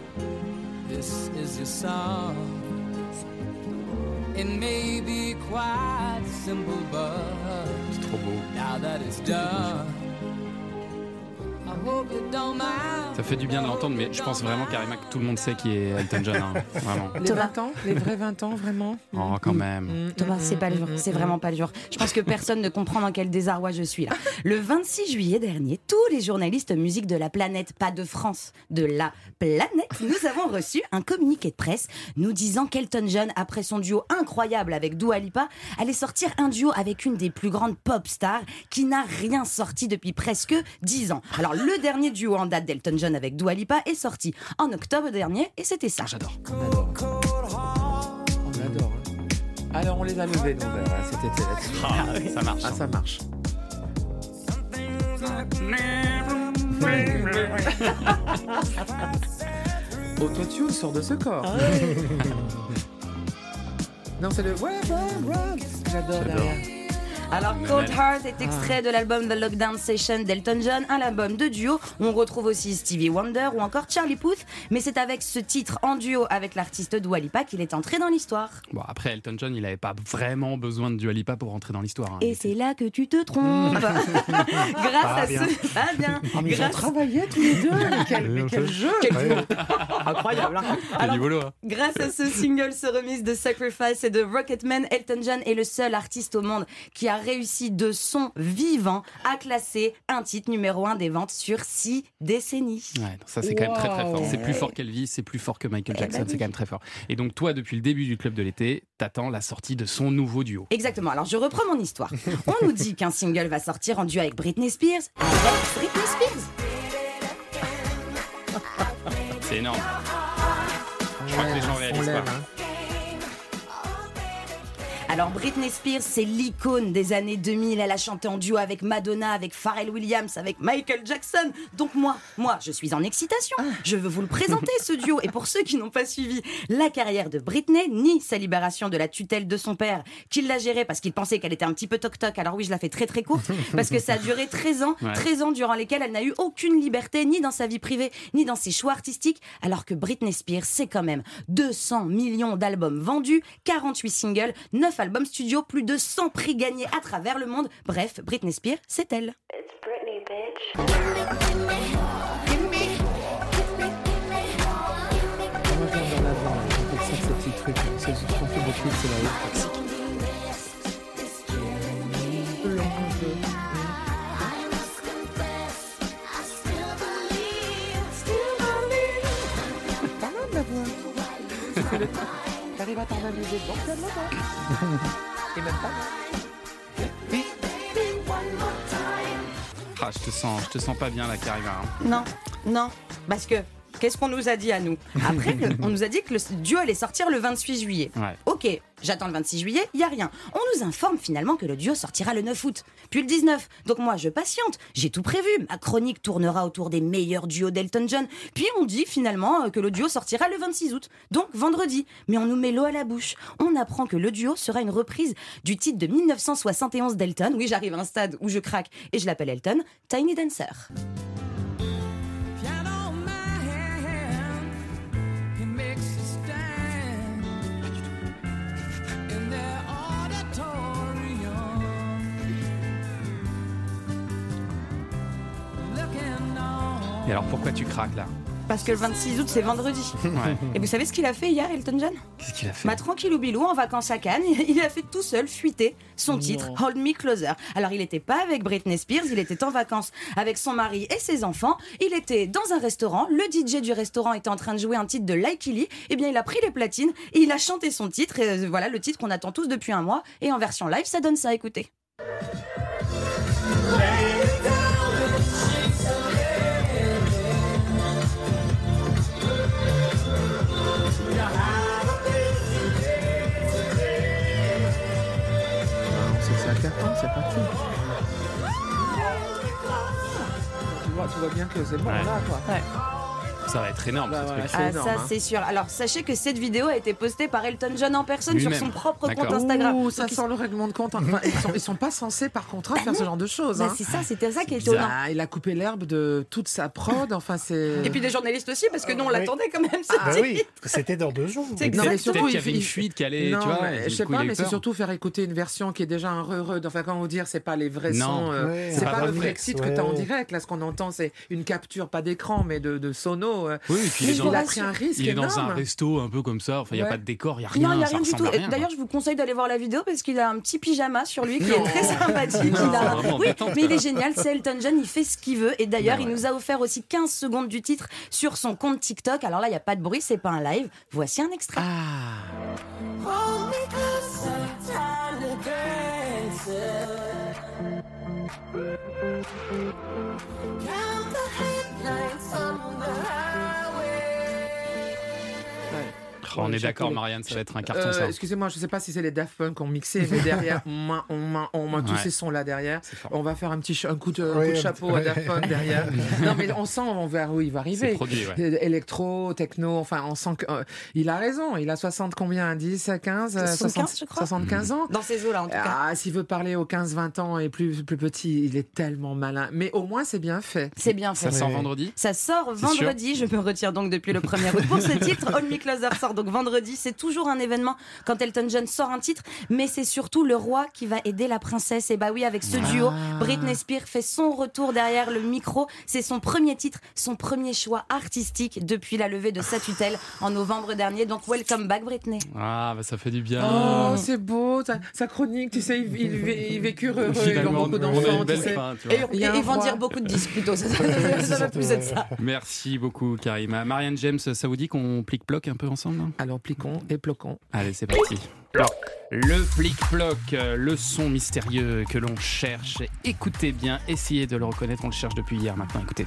this is your song. It may be quite simple, but C'est trop beau. now that it's done, I hope you don't mind. Ça fait du bien de l'entendre, mais je pense vraiment, Karima, que tout le monde sait qui est Elton John. hein. Vraiment. Les Thomas. vingt ans, les vrais vingt ans, vraiment. Oh, quand même. Mm, Thomas, mm, c'est pas le jour, mm, c'est mm. vraiment pas le jour. Je pense que personne ne comprend dans quel désarroi je suis là. Le vingt-six juillet dernier, tous les journalistes musique de la planète, pas de France, de la planète, nous avons reçu un communiqué de presse nous disant qu'Elton John, après son duo incroyable avec Dua Lipa, allait sortir un duo avec une des plus grandes pop stars qui n'a rien sorti depuis presque dix ans. Alors le le dernier duo en date d'Elton John avec Dua Lipa est sorti en octobre dernier et c'était ça. Ah, j'adore. On adore. Hein. Alors, on les a levés, nos verres, hein, cet été là-dessus. Ah, ça marche. Ah, ça marche. Autotune sort de ce corps. Non, c'est le... Ouais, ouais, ouais. J'adore, J'adore. derrière. Alors Cold Heart est extrait de l'album The Lockdown Session d'Elton John, un album de duo où on retrouve aussi Stevie Wonder ou encore Charlie Puth, mais c'est avec ce titre en duo avec l'artiste Dua Lipa qu'il est entré dans l'histoire. Bon, après, Elton John, il n'avait pas vraiment besoin de Dua Lipa pour rentrer dans l'histoire. Hein. Et c'est là que tu te trompes. Grâce Pas à bien. ce... Pas bien. Oh, mais ils ont Grâce... travaillé tous les deux. Mais quel, mais quel jeu. Incroyable. Hein. Quel du boulot, hein. Grâce à ce single, ce remix de Sacrifice et de Rocketman, Elton John est le seul artiste au monde qui a réussi de son vivant à classer un titre numéro un des ventes sur six décennies. Ouais, non, ça c'est quand même très très fort. Wow. C'est plus fort qu'Elvis, c'est plus fort que Michael Eh Jackson, ben oui. c'est quand même très fort. Et donc toi, depuis le début du Club de l'été, t'attends la sortie de son nouveau duo. Exactement, alors je reprends mon histoire. On nous dit qu'un single va sortir en duo avec Britney Spears. Avec Britney Spears C'est énorme. Je crois que les gens réalisent pas. Alors Britney Spears, c'est l'icône des années deux mille. Elle a chanté en duo avec Madonna, avec Pharrell Williams, avec Michael Jackson. Donc moi, moi, je suis en excitation. Je veux vous le présenter, ce duo. Et pour ceux qui n'ont pas suivi la carrière de Britney, ni sa libération de la tutelle de son père, qu'il l'a gérée parce qu'il pensait qu'elle était un petit peu toc-toc. Alors oui, je la fais très très courte, parce que ça a duré treize ans. Ouais. treize ans durant lesquels elle n'a eu aucune liberté, ni dans sa vie privée, ni dans ses choix artistiques. Alors que Britney Spears, c'est quand même deux cents millions d'albums vendus, quarante-huit singles, neuf albums studio, plus de cent prix gagnés à travers le monde. Bref, Britney Spears, c'est elle. Moi, je viens dans l'avant. Je fais ça, ces petits trucs. C'est ce qu'on fait beaucoup, c'est la haute. Pas mal la voix. T'arrives à t'en amuser dedans, tu as de la voix. Et même pas. Ah, je te sens, je te sens pas bien là qui arrive. Hein. Non, non, parce que qu'est-ce qu'on nous a dit à nous? Après, le- on nous a dit que le duo allait sortir le vingt-six juillet. Ouais. Ok, j'attends le vingt-six juillet, il y a rien. On nous informe finalement que le duo sortira le neuf août, puis le dix-neuf. Donc moi, je patiente, j'ai tout prévu. Ma chronique tournera autour des meilleurs duos d'Elton John. Puis on dit finalement que le duo sortira le vingt-six août, donc vendredi. Mais on nous met l'eau à la bouche. On apprend que le duo sera une reprise du titre de mille neuf cent soixante et onze d'Elton. Oui, j'arrive à un stade où je craque et je l'appelle Elton, Tiny Dancer. Piano in my hand, it makes a stand in their auditorium. Looking on. Et alors pourquoi tu craques là? Parce que le vingt-six août, c'est vendredi. Ouais. Et vous savez ce qu'il a fait hier, Elton John? Qu'est-ce qu'il a fait? Bah tranquillou bilou, en vacances à Cannes, il a fait tout seul fuiter son titre Hold Me Closer. Alors il n'était pas avec Britney Spears, il était en vacances avec son mari et ses enfants. Il était dans un restaurant, le D J du restaurant était en train de jouer un titre de Like Lee. Et bien il a pris les platines et il a chanté son titre. Et euh, voilà le titre qu'on attend tous depuis un mois. Et en version live, ça donne ça, écoutez. On sait que c'est un carton, c'est pas tout. Tu vois, tu vois bien que c'est bon Ouais. là, quoi. Ça va être énorme Bah, ce voilà, truc. c'est Ah, énorme, ça hein. c'est sûr. Alors sachez que cette vidéo a été postée par Elton John en personne sur Lui-même. son propre D'accord. compte Instagram. Ouh, ça Donc, sent le règlement de compte. Enfin, ils, sont, ils sont pas censés, par contrat, faire ce genre de choses. bah, Hein. c'est ça, c'était ça qui est étonnant. Ah, il a coupé l'herbe de toute sa prod. Enfin, c'est. Et puis des journalistes aussi, parce que nous on oui. l'attendait quand même ce Bah titre. oui, c'était dans deux jours. C'est Non, mais exactement. surtout, Peut-être qu'il y il avait fait- une fuite qui allait, Non, tu vois. mais et je du sais coup, il pas, a eu mais c'est peur. surtout faire écouter une version qui est déjà un re-re. Enfin, comment vous dire, c'est pas les vrais Non. sons. euh, Ouais, c'est un pas le remix, vrai titre que ouais, t'as en ouais. direct. Là, ce qu'on entend, c'est une capture, pas d'écran, mais de, de sono. euh. Oui, et puis il Mais est je dans, vous Il a pris un risque il est dans un énorme. resto un peu comme ça. Enfin, il n'y a Ouais. pas de décor, il n'y a rien. Non, il n'y a ça rien du tout. ressemble à Et rien, d'ailleurs, quoi. je vous conseille d'aller voir la vidéo parce qu'il a un petit pyjama sur lui qui Non. est très sympathique. Non, Il a- vraiment Oui, détente, mais il quoi. est génial. C'est Elton John, il fait ce qu'il veut. Et d'ailleurs, Ben il ouais. nous a offert aussi quinze secondes du titre sur son compte TikTok. Alors là, il n'y a pas de bruit, c'est pas un live. Voici un extrait. Ah. Hold me closer, tiny dancer. Count the On est chapeau. d'accord, Marianne, ça va être un carton Euh, ça. excusez-moi, je sais pas si c'est les Daft Punk qui ont mixé, mais derrière, on m'a, on m'a, on m'a tous Ouais. ces sons-là derrière. C'est fort. On va faire un petit ch- un coup de, un Oui, coup de un chapeau petit- à Daft Punk derrière. Non, mais on sent on vers où il va C'est arriver. produit, ouais. Euh, Électro, techno, enfin, on sent que, euh, il a raison. Il a soixante combien, dix, quinze, euh, soixante-quinze, je crois. soixante-quinze ans. Dans ces eaux-là, en tout cas. Ah, s'il veut parler aux quinze vingt ans et plus, plus petit, il est tellement malin. Mais au moins, c'est bien fait. C'est bien fait. Ça sort Oui. vendredi. Ça sort C'est sûr. vendredi, je me retire donc depuis le premier août pour ce titre. Hold Me Closer sort donc vendredi, c'est toujours un événement quand Elton John sort un titre, mais c'est surtout le roi qui va aider la princesse. Et bah oui, avec ce duo, Ah. Britney Spears fait son retour derrière le micro. C'est son premier titre, son premier choix artistique depuis la levée de sa tutelle en novembre dernier. Donc welcome back Britney. Ah, bah ça fait du bien. Oh, c'est beau, ta- sa chronique, tu sais, ils, ils, ils vécurent heureux, ils ont Finalement, beaucoup on a une d'enfants, tu belle sais. fin, tu Et, vois. Il y a et un ils vont roi. dire beaucoup de disques plutôt, ça, ça, ça, ça va plus être ça. Merci beaucoup, Karima. Marianne James, ça vous dit qu'on plique-ploque un peu ensemble hein Alors, pliquons et ploquons. Allez, c'est parti. Alors, le plic-ploc, euh, le son mystérieux que l'on cherche. Écoutez bien, essayez de le reconnaître. On le cherche depuis hier maintenant. Écoutez.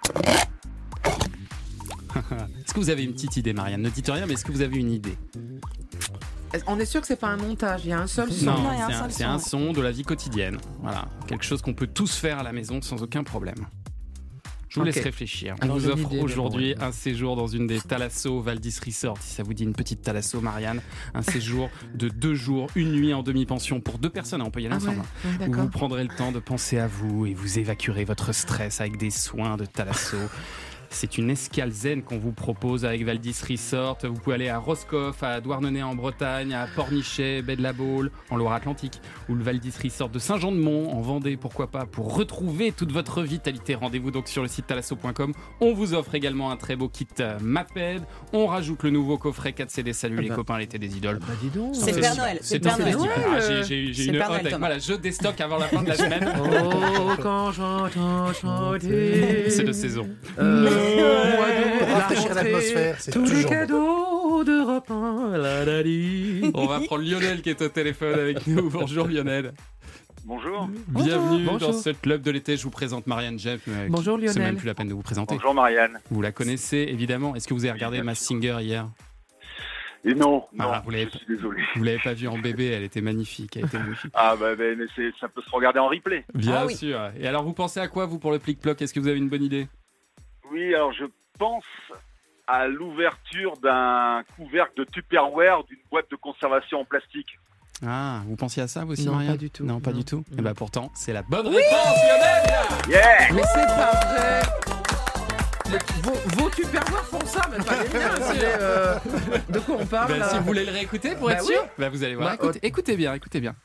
Est-ce que vous avez une petite idée, Marianne? Ne dites rien, mais est-ce que vous avez une idée? On est sûr que c'est pas un montage, il y a un seul son. Non, Non, il y a un c'est un, seul c'est son, un ouais. son de la vie quotidienne. Voilà, quelque chose qu'on peut tous faire à la maison sans aucun problème. Je vous Ok. laisse réfléchir. On Alors, vous j'ai une offre idée, mais bon, aujourd'hui ouais. un séjour dans une des Thalasso Valdis Resort. Si ça vous dit une petite Thalasso, Marianne, un séjour de deux jours, une nuit en demi-pension pour deux personnes. On peut y aller Ah ouais, ensemble. ouais, Où d'accord. vous prendrez le temps de penser à vous et vous évacuerez votre stress avec des soins de Thalasso. C'est une escale zen qu'on vous propose avec Valdis Resort. Vous pouvez aller à Roscoff, à Douarnenez en Bretagne, à Pornichet, Baie de la Baule, en Loire-Atlantique, ou le Valdis Resort de Saint-Jean-de-Mont, en Vendée, pourquoi pas, pour retrouver toute votre vitalité. Rendez-vous donc sur le site thalasso point com. On vous offre également un très beau kit euh, Maped. On rajoute le nouveau coffret quatre C D Salut Ah les bah. copains, l'été des idoles. Bah dis donc. C'est Un Père festival. Noël, c'est C'est Père un Noël. festival. Ouais, Ah, j'ai- j'ai j'ai c'est une Père hotte Noël, avec Thomas. moi, là, je déstocke avant la fin de la semaine. Oh, quand j'entends chanter. C'est de saison. Euh, au mois d'août, la Rafraîchir rentrée, l'atmosphère, c'est tous les toujours bon. cadeaux d'Europe un, la la li. On va prendre Lionel qui est au téléphone avec nous. Bonjour Lionel. Bonjour. Bienvenue Bonjour. dans ce club de l'été. Je vous présente Marianne James. euh, qui- Bonjour, C'est Lionel. même plus la peine de vous présenter. Bonjour Marianne. Vous la connaissez évidemment. Est-ce que vous avez regardé bien Masked sûr. Singer hier? Et non, Ah, non, vous l'avez je pas- suis désolé. Vous l'avez pas vue en bébé, elle était magnifique. Elle était magnifique. Ah bah, bah, mais c'est, ça peut se regarder en replay. Bien Ah oui. sûr. Et alors vous pensez à quoi vous pour le plic-ploc? Est-ce que vous avez une bonne idée? Oui, alors je pense à l'ouverture d'un couvercle de Tupperware d'une boîte de conservation en plastique. Ah, vous pensiez à ça vous aussi, Non, Marianne? pas du tout. Non, pas Non. du tout. Non. Et bah pourtant, c'est la bonne réponse, Lionel. Yeah. Mais c'est pas vrai. Mais vos, vos Tupperware font ça, mais pas les miens. c'est, euh, De quoi on parle Bah, là si vous voulez le réécouter pour Bah être oui. sûr, bah, vous allez voir. Bah, écoutez, oh. écoutez bien, écoutez bien.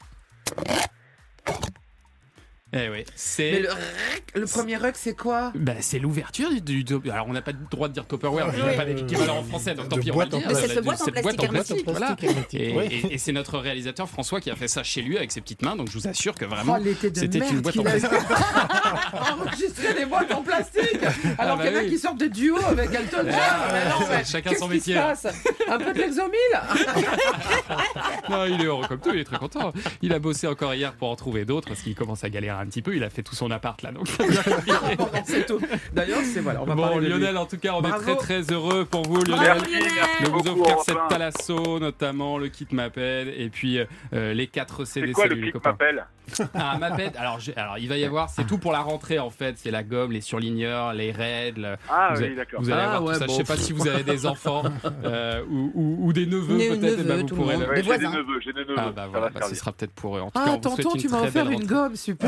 Eh oui, c'est. Mais le, rec- le premier rec, c'est quoi? Bah, c'est l'ouverture du, du- Alors, on n'a pas le droit de dire Tupperware, mais il n'y a Oui. pas d'équivalent en français, donc tant De pis, on va le boîte en dire. Mais c'est La- cette boîte en cette plastique hermétique. voilà. Plastique Et, hermétique, oui. et- et c'est notre réalisateur François qui a fait ça chez lui avec ses petites mains, donc je vous assure que vraiment, Oh, l'été de c'était merde une boîte en qu'il a plastique. enregistré des boîtes en plastique. Alors bah qu'il y en a oui. qui sortent de duo avec Elton John. Ah, Mais non, mais chacun qu'est-ce son qui métier. se passe Un peu de l'exomile. Non, il est heureux comme tout, il est très content. Il a bossé encore hier pour en trouver d'autres parce qu'il commence à galérer un petit peu. Il a fait tout son appart là, donc. C'est tout. D'ailleurs, c'est voilà. On va Bon, parler de lui. Lionel, en tout cas, on Bravo. est très très heureux pour vous, Lionel. Bravo, Merci, Lionel. merci De vous beaucoup. offrir Europe cette un. Thalasso, notamment le kit Maped et puis euh, les quatre C D. C'est quoi Salut le les clic copains. m'appelle? Ah, Maped, alors, je- alors il va y avoir, c'est tout pour la rentrée en fait, c'est la gomme, les surligneurs, les raids. le- Ah vous, oui, allez- d'accord. vous allez Ah, avoir ouais, tout ça. bon. Je sais pas si vous avez des enfants euh, ou, ou- ou des neveux Des peut-être, et ben, neveux, vous tout le pourrez. monde. le- Ouais, Des j'ai des voisins. neveux, j'ai des neveux. Ah bah ça voilà, va bah, ce servir. sera peut-être pour eux. En tout Ah, cas, on vous souhaite tonton, une tu m'as très offert belle une rentrée. gomme, super.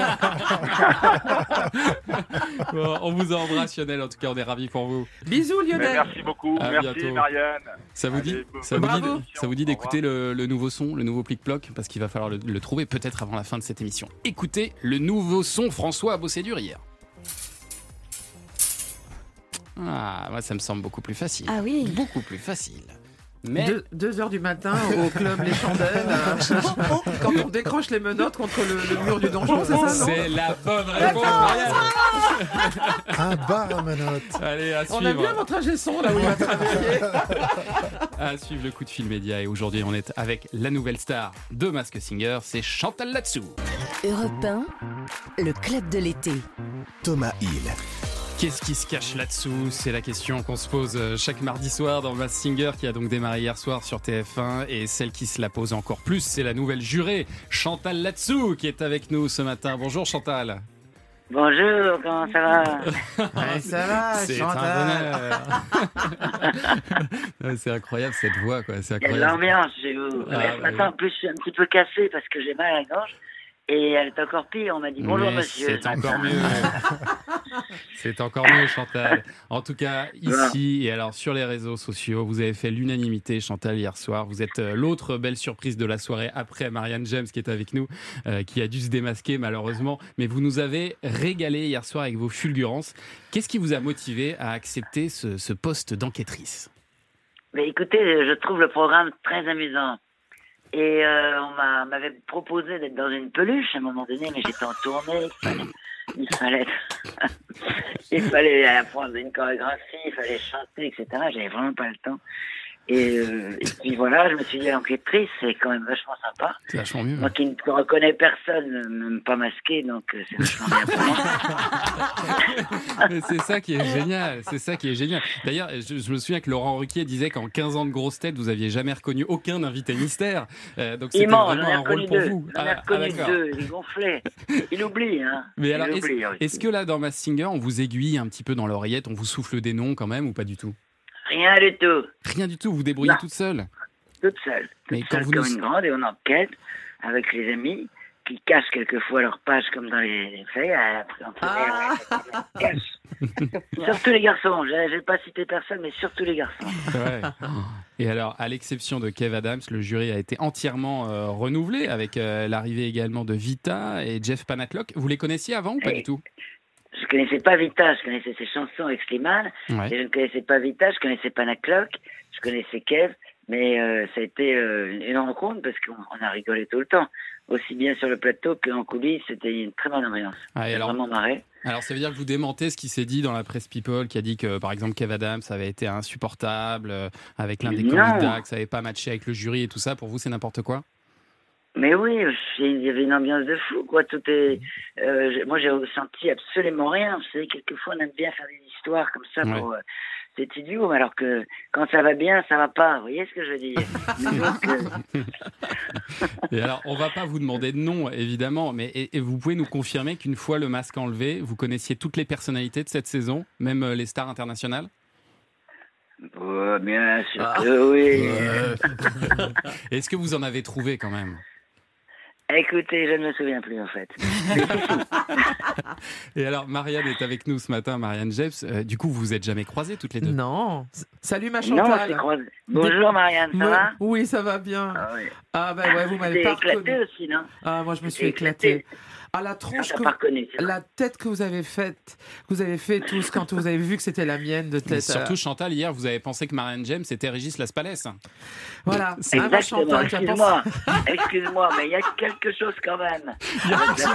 Bon, on vous embrasse Lionel, en tout cas on est ravis pour vous. Bisous, Mais Lionel. merci beaucoup. À Merci bientôt. Marianne. Ça vous dit, Allez, bo- ça vous dit, bravo. ça vous dit Au d'écouter revoir. le, le nouveau son, le nouveau plic-ploc, parce qu'il va falloir le, le trouver peut-être avant la fin de cette émission. Écoutez le nouveau son, François a bossé dur hier. Ah, moi ça me semble beaucoup plus facile. Ah oui. Beaucoup plus facile. Mais Deux, deux heures du matin au club Les Chandelles, euh, quand on décroche les menottes contre le, le mur du donjon, c'est ça, non? c'est la bonne réponse, Marianne. Un bar à menottes. Allez, à On a bien suivre. votre ingé son là où il va travailler. À suivre le coup de fil média. Et aujourd'hui, on est avec la nouvelle star de Masked Singer, c'est Chantal Latsou. Europe un, le club de l'été. Thomas Hill. Qu'est-ce qui se cache là-dessous? C'est la question qu'on se pose chaque mardi soir dans Masked Singer, qui a donc démarré hier soir sur T F un. Et celle qui se la pose encore plus, c'est la nouvelle jurée, Chantal Latsou, qui est avec nous ce matin. Bonjour Chantal. Bonjour, comment ça va? Ouais, ça va, C'est Chantal. un bonheur. C'est incroyable cette voix, quoi. C'est Il y a de incroyable. l'ambiance chez vous. Ah, Mais ce matin, ouais. en plus, je suis un petit peu cassé parce que j'ai mal à la gorge. Et elle est encore pire. On m'a dit bonjour, Mais monsieur. c'est ce matin. encore mieux. C'est encore mieux, Chantal. En tout cas, ici et alors sur les réseaux sociaux, vous avez fait l'unanimité, Chantal, hier soir. Vous êtes euh, l'autre belle surprise de la soirée après Marianne James qui est avec nous, euh, qui a dû se démasquer malheureusement. Mais vous nous avez régalé hier soir avec vos fulgurances. Qu'est-ce qui vous a motivé à accepter ce, ce poste d'enquêtrice? Mais écoutez, je trouve le programme très amusant. Et euh, on m'a, m'avait proposé d'être dans une peluche à un moment donné, mais j'étais en tournée. Il fallait, il fallait apprendre une chorégraphie, il fallait chanter, et cetera. J'avais vraiment pas le temps. Et, euh, et puis voilà, je me suis dit, l'enquêtrice, c'est quand même vachement sympa. C'est vachement mieux. Moi qui ne reconnais personne, même pas masqué, donc euh, c'est vachement bien pour moi. Mais c'est ça qui est génial, c'est ça qui est génial. D'ailleurs, je, je me souviens que Laurent Ruquier disait qu'en quinze ans de grosses têtes, vous aviez jamais reconnu aucun invité mystère. Euh, donc c'était Il ment, vraiment j'en ai un rôle reconnu pour deux. vous. J'en ai Ah, reconnu ah, d'accord. deux, il gonflait. Il oublie, hein. Mais Il alors, est-ce, oublie aussi. est-ce que là, dans Masked Singer, on vous aiguille un petit peu dans l'oreillette, on vous souffle des noms quand même ou pas du tout? Rien du tout. Rien du tout, vous vous débrouillez Non. toute seule? Toute seule. Mais Toute quand seule vous comme nous- une grande et on enquête avec les amis qui cachent quelquefois leur page comme dans les, les faits. Après, on fait Ah. des- cache. Surtout les garçons. J'ai, j'ai pas cité personne, mais surtout les garçons. Ouais. Et alors, à l'exception de Kev Adams, le jury a été entièrement euh, renouvelé avec euh, l'arrivée également de Vita et Jeff Panaclock. Vous les connaissiez avant ou pas Et- du tout? Je connaissais pas Vita, je connaissais ses chansons avec Slimane. Ouais. Et je ne connaissais pas Vita, je connaissais Panaclock, je connaissais Kev. Mais euh, ça a été euh, une rencontre parce qu'on on a rigolé tout le temps. Aussi bien sur le plateau qu'en coulisses, c'était une très bonne ambiance. Ah, et J'ai alors- vraiment marré. Alors, ça veut dire que vous démentez ce qui s'est dit dans la presse People, qui a dit que, par exemple, Kev Adams avait été insupportable euh, avec l'un des Non. candidats, que ça n'avait pas matché avec le jury et tout ça. Pour vous, c'est n'importe quoi? Mais oui, je- il y avait une ambiance de fou, quoi. Tout est. euh, j'ai- moi, j'ai ressenti absolument rien. Vous savez, quelquefois, on aime bien faire des histoires comme ça pour. Ouais. euh, c'est idiot, mais alors que quand ça va bien, ça va pas. Vous voyez ce que je veux dire? Donc, euh, Et alors, on va pas vous demander de nom, évidemment, mais et, et vous pouvez nous confirmer qu'une fois le masque enlevé, vous connaissiez toutes les personnalités de cette saison, même euh, les stars internationales? oh, bien sûr que oui. Est-ce que vous en avez trouvé quand même? Écoutez, je ne me souviens plus en fait. Et alors, Marianne est avec nous ce matin, Marianne James. Euh, du coup, vous vous êtes jamais croisées toutes les deux? Non. S- Salut ma Non, on Chantal. s'est croisés. Bonjour Marianne, ça Me- va? Oui, ça va bien. Ah oui. Ah bah ouais, vous m'avez T'es pas éclaté reconnu. aussi, non? Ah, moi je me suis T'es éclaté. Ah, la tronche t'as que pas reconnu, c'est vrai. la tête que vous avez faite, que vous avez fait tous quand vous avez vu que c'était la mienne de Mais tête. surtout, euh, Chantal, hier, vous avez pensé que Marianne James était Régis Laspalès. Voilà. C'est Ah, ma Exactement, Chantal, tu as excuse-moi. Excuse-moi, mais il y a quelque chose quand même. Il y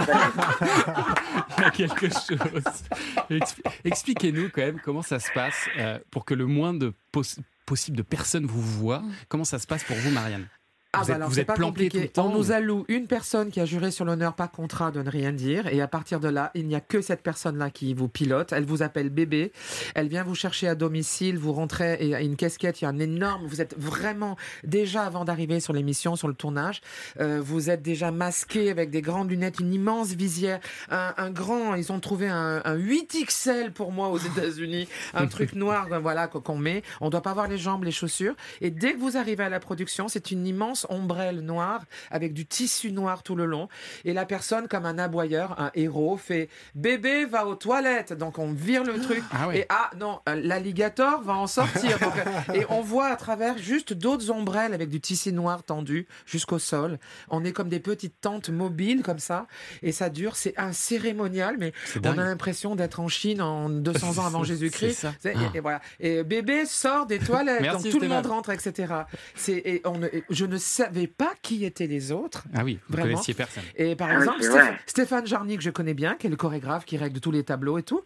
a quelque chose. Expli- Expliquez-nous quand même comment ça se passe euh, pour que le moins de poss- possible de personnes vous voient. Comment ça se passe pour vous, Marianne? Ah Vous bah êtes- alors vous c'est êtes pas planqué compliqué. tout le temps, On nous mais- alloue une personne qui a juré sur l'honneur par contrat de ne rien dire et à partir de là, il n'y a que cette personne-là qui vous pilote. Elle vous appelle bébé. Elle vient vous chercher à domicile. Vous rentrez et une casquette, il y a un énorme. Vous êtes vraiment déjà avant d'arriver sur l'émission, sur le tournage, euh, vous êtes déjà masqué avec des grandes lunettes, une immense visière, un, un grand. Ils ont trouvé un, un huit X L pour moi aux États-Unis, un truc noir, voilà qu'on met. On doit pas voir les jambes, les chaussures. Et dès que vous arrivez à la production, c'est une immense ombrelle noire avec du tissu noir tout le long. Et la personne, comme un aboyeur, un héros, fait bébé va aux toilettes. Donc on vire le truc. Ah oui. Et ah non, euh, l'alligator va en sortir. Donc, euh, et on voit à travers juste d'autres ombrelles avec du tissu noir tendu jusqu'au sol. On est comme des petites tentes mobiles comme ça. Et ça dure. C'est un cérémonial, mais C'est on dingue. a l'impression d'être en Chine en deux cents ans avant C'est Jésus-Christ. ça. C'est- Et, et voilà. Et bébé sort des toilettes. Merci, donc tout le Stéphane. monde rentre, et cetera. C'est, et on ne- et je ne savais pas qui étaient les autres. Ah oui, vous Vraiment. connaissiez personne. Et par Ah oui, exemple, c'est Stéph- vrai. Stéphane Jarny, que je connais bien, qui est le chorégraphe, qui règle tous les tableaux et tout.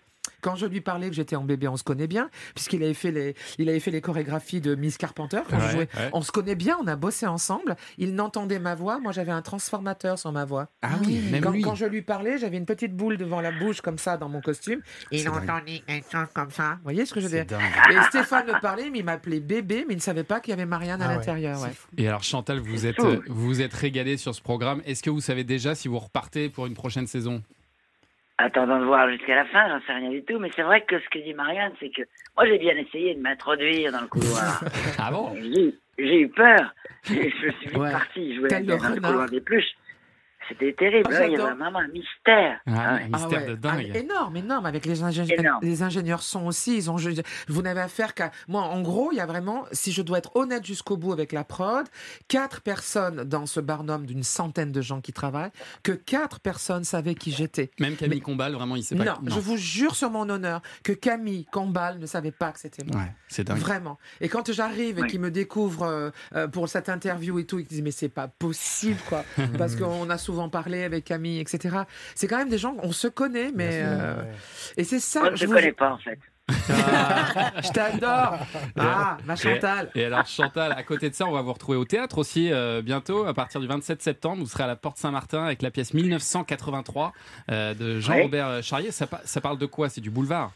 quand je lui parlais que j'étais en bébé, on se connaît bien, puisqu'il avait fait les, il avait fait les chorégraphies de Miss Carpenter quand Ouais, je jouais. ouais. On se connaît bien, on a bossé ensemble. Il n'entendait ma voix, moi j'avais un transformateur sur ma voix. Ah oui, même quand, lui. quand je lui parlais, j'avais une petite boule devant la bouche comme ça dans mon costume. Et il C'est dingue. entendait quelque chose comme ça. Vous voyez ce que je veux C'est dire? dingue. Et Stéphane me parlait, mais il m'appelait bébé, mais il ne savait pas qu'il y avait Marianne à Ah ouais. l'intérieur. Ouais. Et alors Chantal, vous êtes, fou. euh, vous vous êtes régalé sur ce programme. Est-ce que vous savez déjà si vous repartez pour une prochaine saison? Attendons de voir jusqu'à la fin, j'en sais rien du tout. Mais c'est vrai que ce que dit Marianne, c'est que moi j'ai bien essayé de m'introduire dans le couloir. Ah bon? J'ai j'ai eu peur. Je je suis vite Ouais. parti jouer Tel dans le le renard. couloir des pluches. C'était terrible. Ah, Là, il y avait j'adore. vraiment un mystère. Ah, Ah ouais. un mystère Ah ouais. de dingue. Ah, énorme, énorme. Avec les, ingé- Énorme. les ingénieurs son aussi, ils ont. je- vous n'avez affaire qu'à. Moi, en gros, il y a vraiment, si je dois être honnête jusqu'au bout avec la prod, quatre personnes dans ce barnum d'une centaine de gens qui travaillent, que quatre personnes savaient qui j'étais. Même Camille Combal, vraiment, il sait pas. Non, je vous jure sur mon honneur que Camille Combal ne savait pas que c'était moi. Ouais, c'est dingue. Vraiment. Et quand j'arrive et Oui. qu'ils me découvrent euh, euh, pour cette interview et tout, ils disent mais c'est pas possible quoi, parce qu'on a souvent parlé avec Camille, et cetera. C'est quand même des gens on se connaît, mais euh, et c'est ça. On ne je se vous- connaît pas en fait. Ah, je t'adore. Ah, ma Chantal. Et alors Chantal, à côté de ça, on va vous retrouver au théâtre aussi euh, bientôt, à partir du vingt-sept septembre. Vous serez à la Porte Saint-Martin avec la pièce mille neuf cent quatre-vingt-trois euh, de Jean-Robert Charrier. Ça, pa- ça parle de quoi? C'est du boulevard?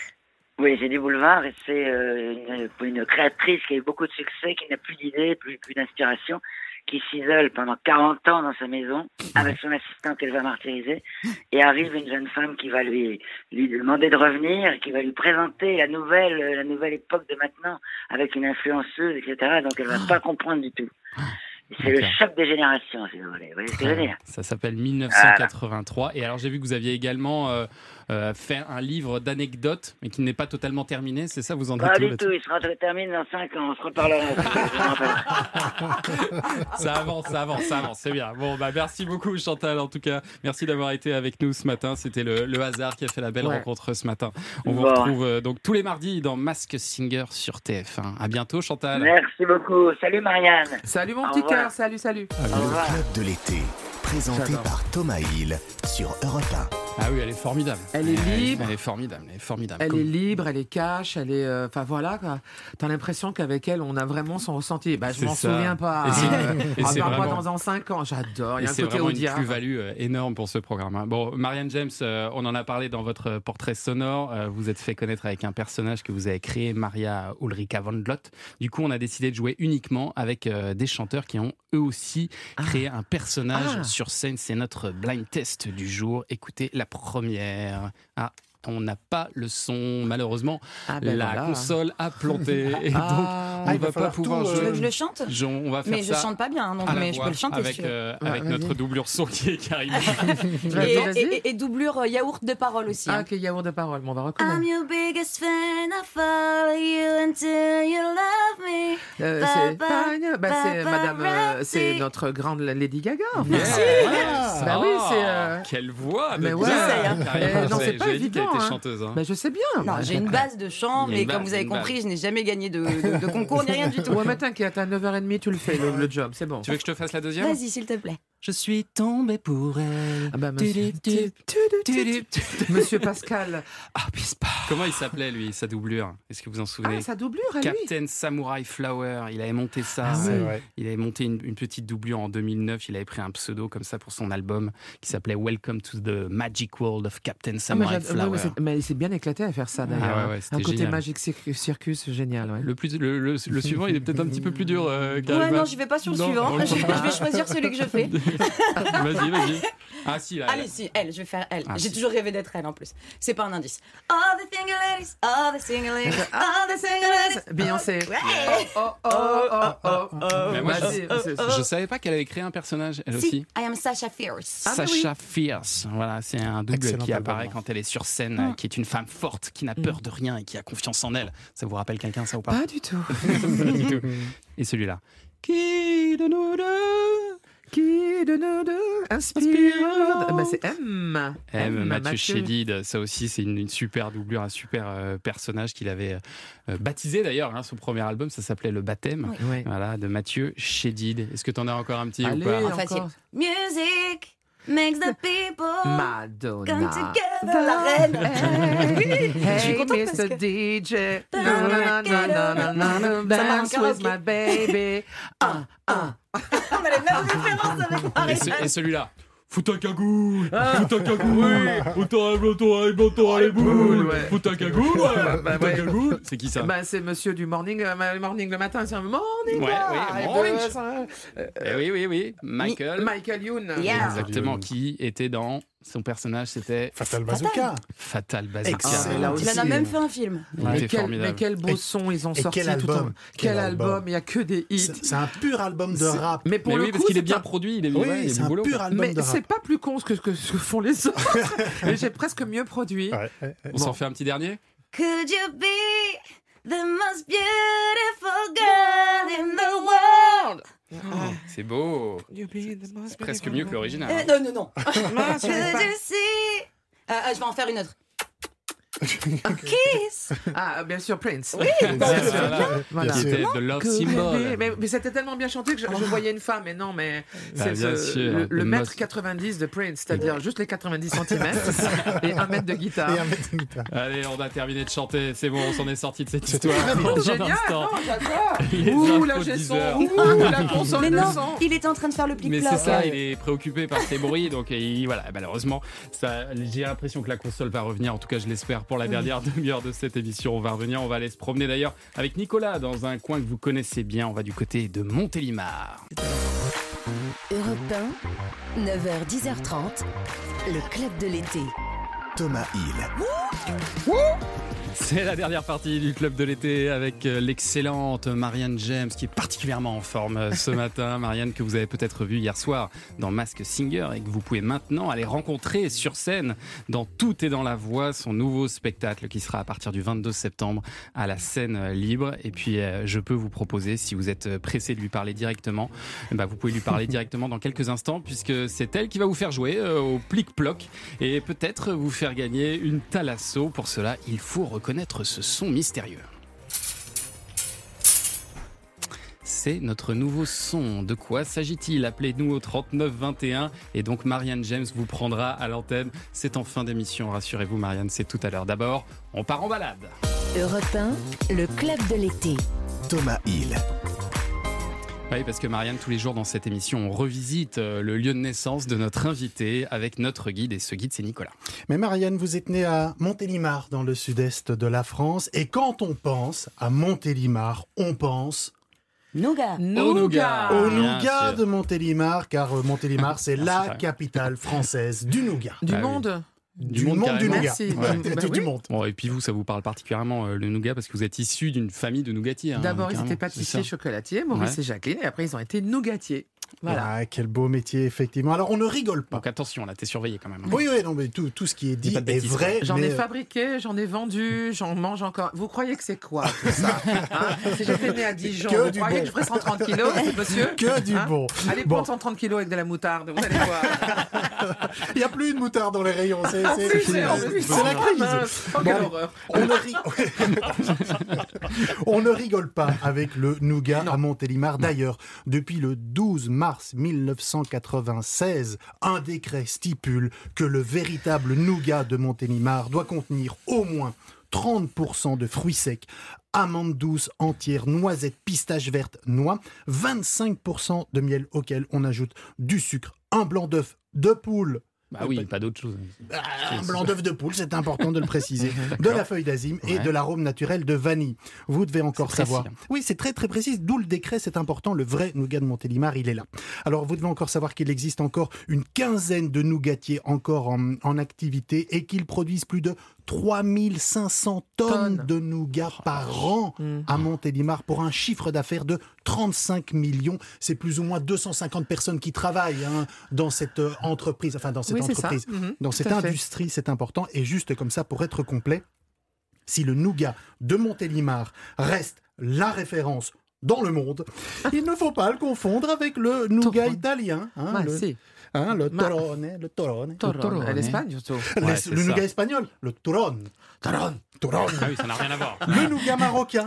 Oui, c'est du boulevard et c'est euh, une, une créatrice qui a eu beaucoup de succès, qui n'a plus d'idées, plus, plus d'inspiration, qui s'isole pendant quarante ans dans sa maison avec son assistant qu'elle va martyriser, et arrive une jeune femme qui va lui, lui demander de revenir, et qui va lui présenter la nouvelle, la nouvelle époque de maintenant avec une influenceuse, et cetera. Donc elle va pas comprendre du tout. Et c'est le D'accord. choc des générations, si vous voulez. Vous voyez ce que je veux dire? Ça s'appelle mille neuf cent quatre-vingt-trois. Et alors j'ai vu que vous aviez également euh, euh, fait un livre d'anecdotes, mais qui n'est pas totalement terminé. C'est ça, vous en dites Pas tout du là-dessus? tout, il sera terminé dans cinq ans, on se reparlera. Je m'en rappelle. Ça avance, ça avance, ça avance, c'est bien. Bon, bah merci beaucoup Chantal, en tout cas. Merci d'avoir été avec nous ce matin. C'était le, le hasard qui a fait la belle Ouais. rencontre ce matin. On vous Bon. retrouve euh, donc tous les mardis dans Mask Singer sur T F un. À bientôt Chantal. Merci beaucoup. Salut Marianne. Salut mon Au petit revoir. cœur. Salut, salut. Au revoir. Le club de l'été, présenté J'adore. par Thomas Hill sur Europe un. Ah oui, elle est formidable. Elle est libre. Elle est formidable, elle est formidable. Elle Comme- est libre, elle est cash, elle est. euh, Enfin voilà, quoi. T'as l'impression qu'avec elle, on a vraiment son ressenti. Bah, je C'est m'en ça. souviens pas. Et c'est- et Ah, c'est bah, moi, vraiment- dans cinq ans, j'adore. Il y Et a un c'est côté vraiment une Audiard. plus-value euh, énorme pour ce programme. hein. Bon, Marianne James, euh, on en a parlé dans votre portrait sonore. Euh, vous êtes fait connaître avec un personnage que vous avez créé, Maria Ulrika von Lott. Du coup, on a décidé de jouer uniquement avec euh, des chanteurs qui ont eux aussi créé un personnage Ah. sur scène. C'est notre blind test du jour. Écoutez la première. Ah. On n'a pas le son, malheureusement. Ah, ben la voilà. console a planté. Et Ah. donc, Ah, on il va va pas falloir pouvoir tout, euh, Tu veux jouer. que je le chante? Je- on va faire Mais je ça chante pas bien, donc, à la mais je voix, peux le chanter avec, si tu veux. euh, Ouais, avec vas-y. notre doublure son qui, qui arrive. Vas-y, Et, vas-y. et- et- et doublure euh, yaourt de parole aussi. Ah, hein. ok, yaourt de parole, bon, on va reconnaître. I'm your biggest fan, I follow you until you love me. Euh, Ba, c'est ba, bah, c'est ba, Madame, euh, ba, c'est ba. notre grande Lady Gaga. en fait. Yes. Ah. Bah oui, c'est, Oh, euh, quelle voix de Mais ouais. J'essaye, hein. Carrément, Eh, non, j'ai- c'est pas j'avais dit qu'elle évident, était hein. chanteuse. hein. Bah, je sais bien. Non, Bah, j'ai une base de chant, Il y a mais une comme base, vous avez une compris, base. je n'ai jamais gagné de, de- de concours ni rien du tout. Ouais, mais t'inquiète, à neuf heures trente, tu le fais, le, le job, c'est bon. Tu veux que je te fasse la deuxième? Vas-y, s'il te plaît. Je suis tombé pour elle. Ah bah, monsieur, Tudu, tudu, tudu. Monsieur Pascal. Ah, Pispa. Comment il s'appelait, lui, sa doublure? Est-ce que vous en souvenez? Ah, sa doublure à lui. Captain Samurai Flower, il avait monté ça. Ah C'est euh, vrai. Il avait monté une, une petite doublure en deux mille neuf. Il avait pris un pseudo comme ça pour son album qui s'appelait Welcome to the Magic World of Captain Ah, mais, Samurai j'ad- ouais, Flower. mais c'est- mais il s'est bien éclaté à faire ça d'ailleurs. Ah ouais, ouais, c'était un côté génial. magique circus, circus génial. Ouais. Le, plus, le, le, le suivant, il est peut-être un petit peu plus dur. Euh, Ouais, Karima. non, je vais pas sur le Non, suivant. bon, Je, je vais choisir celui que je fais. Vas-y, vas-y. Ah si, là. Allez, si, elle, je vais faire elle. Ah, J'ai si. toujours rêvé d'être elle en plus. C'est pas un indice. All the single ladies, all the single ladies, all the single ladies. Beyoncé. Ouais. Oh, oh, oh, oh, oh. Mais moi, Vas-y, c'est- c'est- Je savais pas qu'elle avait créé un personnage, elle Si, aussi. I am Sasha Fierce. Ah, mais Sacha Fierce, voilà, c'est un double Excellent qui album, apparaît hein. quand elle est sur scène, Mm. euh, qui est une femme forte, qui n'a peur de rien et qui a confiance en elle. Ça vous rappelle quelqu'un, ça ou pas? Pas du tout. Pas du tout. Et celui-là. Qui de nous deux Qui de nous deux inspire Inspire. bah, c'est M. M, Mathieu Chédid, ça aussi c'est une, une super doublure, un super euh, personnage qu'il avait euh, baptisé d'ailleurs, hein, son premier album, ça s'appelait Le Baptême, Ouais. voilà, de Mathieu Chédid. Est-ce que tu en as encore un petit Allez, ou pas? En facile. encore. Music. makes the people Madonna. come together. La reine. Oui, je suis Hey, contente parce mister que... D J. Na, na, na, na, na, na, na, dance with my baby. Ah, ah. On a les mêmes références avec Et, Marie. ce- et celui-là. Fous ta cagoule, fous ta cagoule, autant un autant un autant les boules, ouais. fous ta cagoule, ouais, Bah, fous ta ouais. cagoule. C'est qui ça? Ben, c'est monsieur du morning, euh, ma- morning le matin, c'est un morning. Ouais, là, oui, et morning. de- ça, euh, Eh oui, oui, oui, Michael. Michael Youn. Yeah. Exactement, qui était dans son personnage, c'était Fatal Bazooka. Fatal Bazooka. Excellent. Il en a même fait un film. Il Mais était quel, formidable. mais quel beau son ils ont et sorti quel tout album. en... Quel Quel album, album. il y a que des hits. C'est c'est un pur album de C'est- rap. Mais pour Mais le oui, coup, parce qu'il est c'est bien un- produit, il est, Oui, ouais, il y a c'est du un boulot. pur quoi. album Mais de rap. c'est pas plus con que, que ce que font les autres. Et j'ai presque mieux produit. Ouais, ouais, ouais. On s'en fait un petit dernier? Could you be the most beautiful girl in the world? Oh, c'est beau. C'est presque mieux que l'original. Euh, non, non, non. Could you see? Euh, euh, je vais en faire une autre. Kiss. Ah, bien sûr, Prince. Oui, bon, Voilà, c'est voilà. bien. Voilà. Qui était The Love Symbol. Mais, mais- mais c'était tellement bien chanté que je, je voyais une femme, mais non, mais Ah, c'est bien ce- sûr. le, le Le mètre most- quatre-vingt-dix de Prince, c'est-à-dire juste les quatre-vingt-dix centimètres et un mètre de guitare. Et un mètre de guitare. Allez, on a terminé de chanter. C'est bon, on s'en est sorti de cette C'était histoire. très bien. Dans un Génial, instant. non, j'adore. Les Ouh, la infos de dix G-son, heures. ouh, la console Mais de non, son. il était en train de faire le Mais plic-ploc. c'est ça, il est préoccupé par ces bruits, donc il- voilà, malheureusement, ça, j'ai l'impression que la console va revenir, en tout cas je l'espère pour la dernière demi-heure de cette émission, on va revenir, on va aller se promener d'ailleurs avec Nicolas dans un coin que vous connaissez bien, on va du côté de Montélimar. Europe un, neuf heures dix heures trente, le club de l'été. Thomas Hill. C'est la dernière partie du club de l'été avec euh, l'excellente Marianne James qui est particulièrement en forme euh, ce matin. Marianne que vous avez peut-être vue hier soir dans Masked Singer et que vous pouvez maintenant aller rencontrer sur scène dans Tout est dans la voix, son nouveau spectacle qui sera à partir du vingt-deux septembre à la scène euh, libre. Et puis euh, je peux vous proposer, si vous êtes euh, pressé de lui parler directement, eh ben, vous pouvez lui parler directement dans quelques instants puisque c'est elle qui va vous faire jouer euh, au plic-ploc et peut-être vous faire gagner une Thalasso. Pour cela, il faut reconnaître ce son mystérieux. C'est notre nouveau son. De quoi s'agit-il? Appelez-nous au trente-neuf vingt et un et donc Marianne James vous prendra à l'antenne. C'est en fin d'émission, rassurez-vous Marianne, c'est tout à l'heure. D'abord, on part en balade. Europe un, le club de l'été. Thomas Hill. Oui, parce que Marianne, tous les jours dans cette émission, on revisite euh, le lieu de naissance de notre invité avec notre guide et ce guide, c'est Nicolas. Mais Marianne, vous êtes née à Montélimar, dans le sud-est de la France. Et quand on pense à Montélimar, on pense Nougat. Au nougat. au Bien nougat sûr. de Montélimar, car euh, Montélimar, c'est Ah, c'est la vrai. capitale française du nougat. Du Ah oui. monde. Du, monde, monde du carrément. nougat. Merci. Ouais, Bah du, du oui. monde. Bon, et puis vous, ça vous parle particulièrement euh, le nougat parce que vous êtes issu d'une famille de nougatiers. hein, D'abord, ils carrément, étaient c'est pâtissiers, ça. chocolatiers, Maurice Ouais. et Jacqueline, et après, ils ont été nougatiers. Voilà. Ah, quel beau métier, effectivement. Alors, on ne rigole pas. Donc attention, là, t'es surveillé quand même. Oui, oui, non, mais tout, tout ce qui est dit pas de est bêtises, vrai. J'en mais, ai euh, fabriqué, j'en ai vendu, j'en mange encore. Vous croyez que c'est quoi tout ça hein? Si j'étais né à Dijon, Que vous du croyez bon. que je ferais cent trente kilos, monsieur Que du Hein bon. Allez Bon. prendre cent trente kilos avec de la moutarde, vous allez voir. Il n'y a plus de moutarde dans les rayons. C'est Ah, c'est- si, c'est en c'est- plus. c'est la Oh, crise. mince. Oh, quelle Bon, horreur. On ne, ri- On ne rigole pas avec le nougat à Montélimar. D'ailleurs, depuis le douze mars mille neuf cent quatre-vingt-seize, un décret stipule que le véritable nougat de Montélimar doit contenir au moins trente pour cent de fruits secs, amandes douces entières, noisettes, pistaches vertes, noix, vingt-cinq pour cent de miel auquel on ajoute du sucre, un blanc d'œuf de poule. Bah oui, pas d'autre chose. Un blanc d'œuf de poule, c'est important de le préciser. De la feuille d'azim et Ouais. de l'arôme naturel de vanille. Vous devez encore C'est précis, savoir. hein. Oui, c'est très très précis, d'où le décret, c'est important. Le vrai nougat de Montélimar, il est là. Alors, vous devez encore savoir qu'il existe encore une quinzaine de nougatiers encore en, en activité et qu'ils produisent plus de trois mille cinq cents tonnes Tonnes. de nougat par an Mm. à Montélimar pour un chiffre d'affaires de trente-cinq millions. C'est plus ou moins deux cent cinquante personnes qui travaillent hein, dans cette euh, entreprise, enfin dans cette Oui, c'est ça. entreprise, Mhm. dans Tout cette à fait. industrie, c'est important. Et juste comme ça, pour être complet, si le nougat de Montélimar reste la référence dans le monde, il ne faut pas le confondre avec le nougat Torrone. italien. hein, Ma, le, si. hein, le Ma- torrone, le torone. Torrone. Torrone. À l'Espagne, surtout. Les- Ouais, c'est le ça. nougat espagnol, le turone. Turone. Turone. Ah oui, ça n'a rien à voir. Le nougat marocain,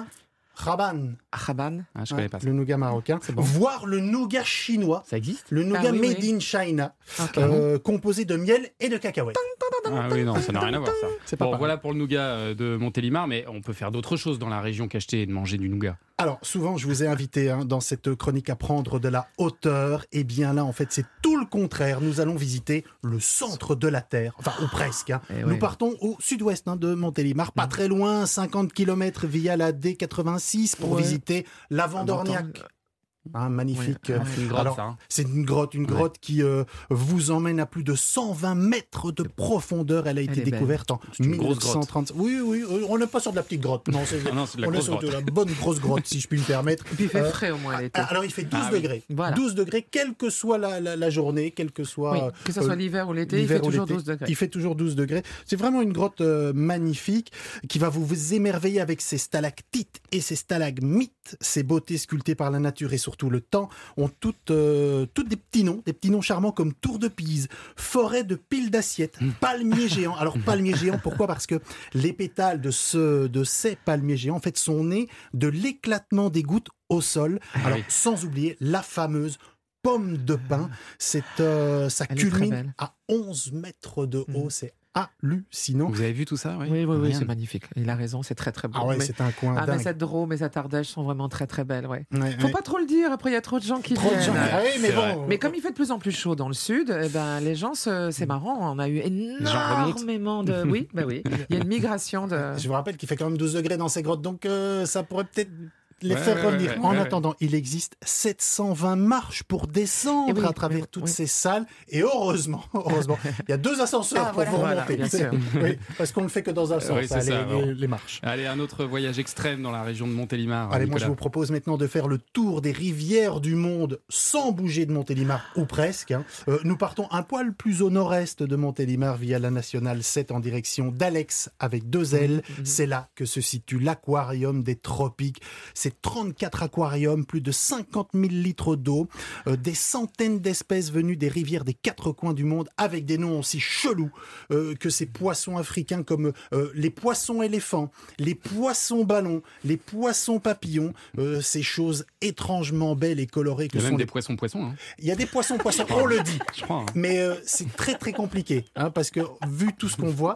Raban. Raban. Ah, je Ouais, connais pas ça. le nougat marocain, bon. voire le nougat chinois. Ça existe? Le nougat Ah oui, made oui. in China, Ok. euh, composé de miel et de cacahuètes. Ah oui, non, ça n'a rien à voir ça. C'est pas Bon, pareil. voilà pour le nougat euh, de Montélimar, mais on peut faire d'autres choses dans la région qu'acheter et de manger du nougat. Alors, souvent, je vous ai invité hein, dans cette chronique à prendre de la hauteur. Et bien là, en fait, c'est tout le contraire. Nous allons visiter le centre de la Terre, enfin, ou presque. Hein. Eh Nous oui. partons au sud-ouest hein, de Montélimar, pas très loin, cinquante kilomètres via la D quatre-vingt-six pour Ouais. visiter l'Avant d'Orniac. Montagne. Hein, magnifique. Ouais, euh, ouais. C'est une grotte, Alors, ça. hein. C'est une grotte, une Ouais. grotte qui euh, vous emmène à plus de cent vingt mètres de profondeur. Elle a été est belle. découverte en C'est une grosse grotte. mille neuf cent trente. Oui, oui, euh, on n'est pas sur de la petite grotte. Non, c'est, Ah non, c'est de la on est grosse sur de grotte. la bonne grosse grotte, si je puis me permettre. Et puis il fait Euh, frais au moins l'été. Ah, Alors il fait douze Ah oui. degrés. Voilà. douze degrés, quelle que soit la, la, la journée, quelle que soit... Oui, euh, que ce soit euh, l'hiver ou l'été, il l'hiver fait ou toujours l'été, douze degrés. Il fait toujours douze degrés. C'est vraiment une grotte euh, magnifique qui va vous, vous émerveiller avec ses stalactites et ses stalagmites. Ces beautés sculptées par la nature et surtout le temps ont toutes, euh, toutes des petits noms, des petits noms charmants comme Tour de Pise, forêt de piles d'assiettes, palmier géant. Alors palmier géant, pourquoi? Parce que les pétales de, ce, de ces palmiers géants en fait, sont nés de l'éclatement des gouttes au sol. Alors oui. sans oublier la fameuse pomme de pin. C'est, euh, ça Elle est très culmine belle. à onze mètres de haut. Mhm. C'est hallucinant. Vous avez vu tout ça? Oui, oui, oui, Marianne c'est magnifique. Il a raison, c'est très très beau. Ah ouais, Mais- c'est un coin ah, mais dingue. cette Drôme et cette Ardèche sont vraiment très très belles, ouais. Ouais, Faut ouais. pas trop le dire, après il y a trop de gens qui Trop de viennent. gens. Ah oui, mais C'est vrai. bon. Mais comme il fait de plus en plus chaud dans le sud, eh ben, les gens, se- c'est marrant, on a eu énormément de... Oui, bah oui, il y a une migration de... Je vous rappelle qu'il fait quand même douze degrés dans ces grottes, donc euh, ça pourrait peut-être les Ouais, faire ouais, revenir. ouais, en ouais, ouais. attendant, il existe sept cent vingt marches pour descendre Et oui, à travers oui, toutes oui. ces salles. Et heureusement, heureusement, il y a deux ascenseurs Ah, pour voilà. vous Voilà, remonter. bien C'est- sûr. oui, parce qu'on ne fait que dans un sens, Oui, c'est hein, ça, les, bon. les- les marches. Allez, un autre voyage extrême dans la région de Montélimar. Allez, moi Nicolas. je vous propose maintenant de faire le tour des rivières du monde sans bouger de Montélimar, ou presque. hein. Euh, nous partons un poil plus au nord-est de Montélimar via la nationale sept en direction d'Alex avec deux L. C'est là que se situe l'aquarium des tropiques. C'est trente-quatre aquariums, plus de cinquante mille litres d'eau, euh, des centaines d'espèces venues des rivières des quatre coins du monde avec des noms aussi chelous euh, que ces poissons africains comme euh, les poissons éléphants, les poissons ballons, les poissons papillons, euh, ces choses étrangement belles et colorées que Il y a sont même des les... poissons poissons. Hein, Il y a des poissons poissons, on le dit. je crois. hein. Mais euh, c'est très très compliqué, hein, parce que vu tout ce qu'on voit,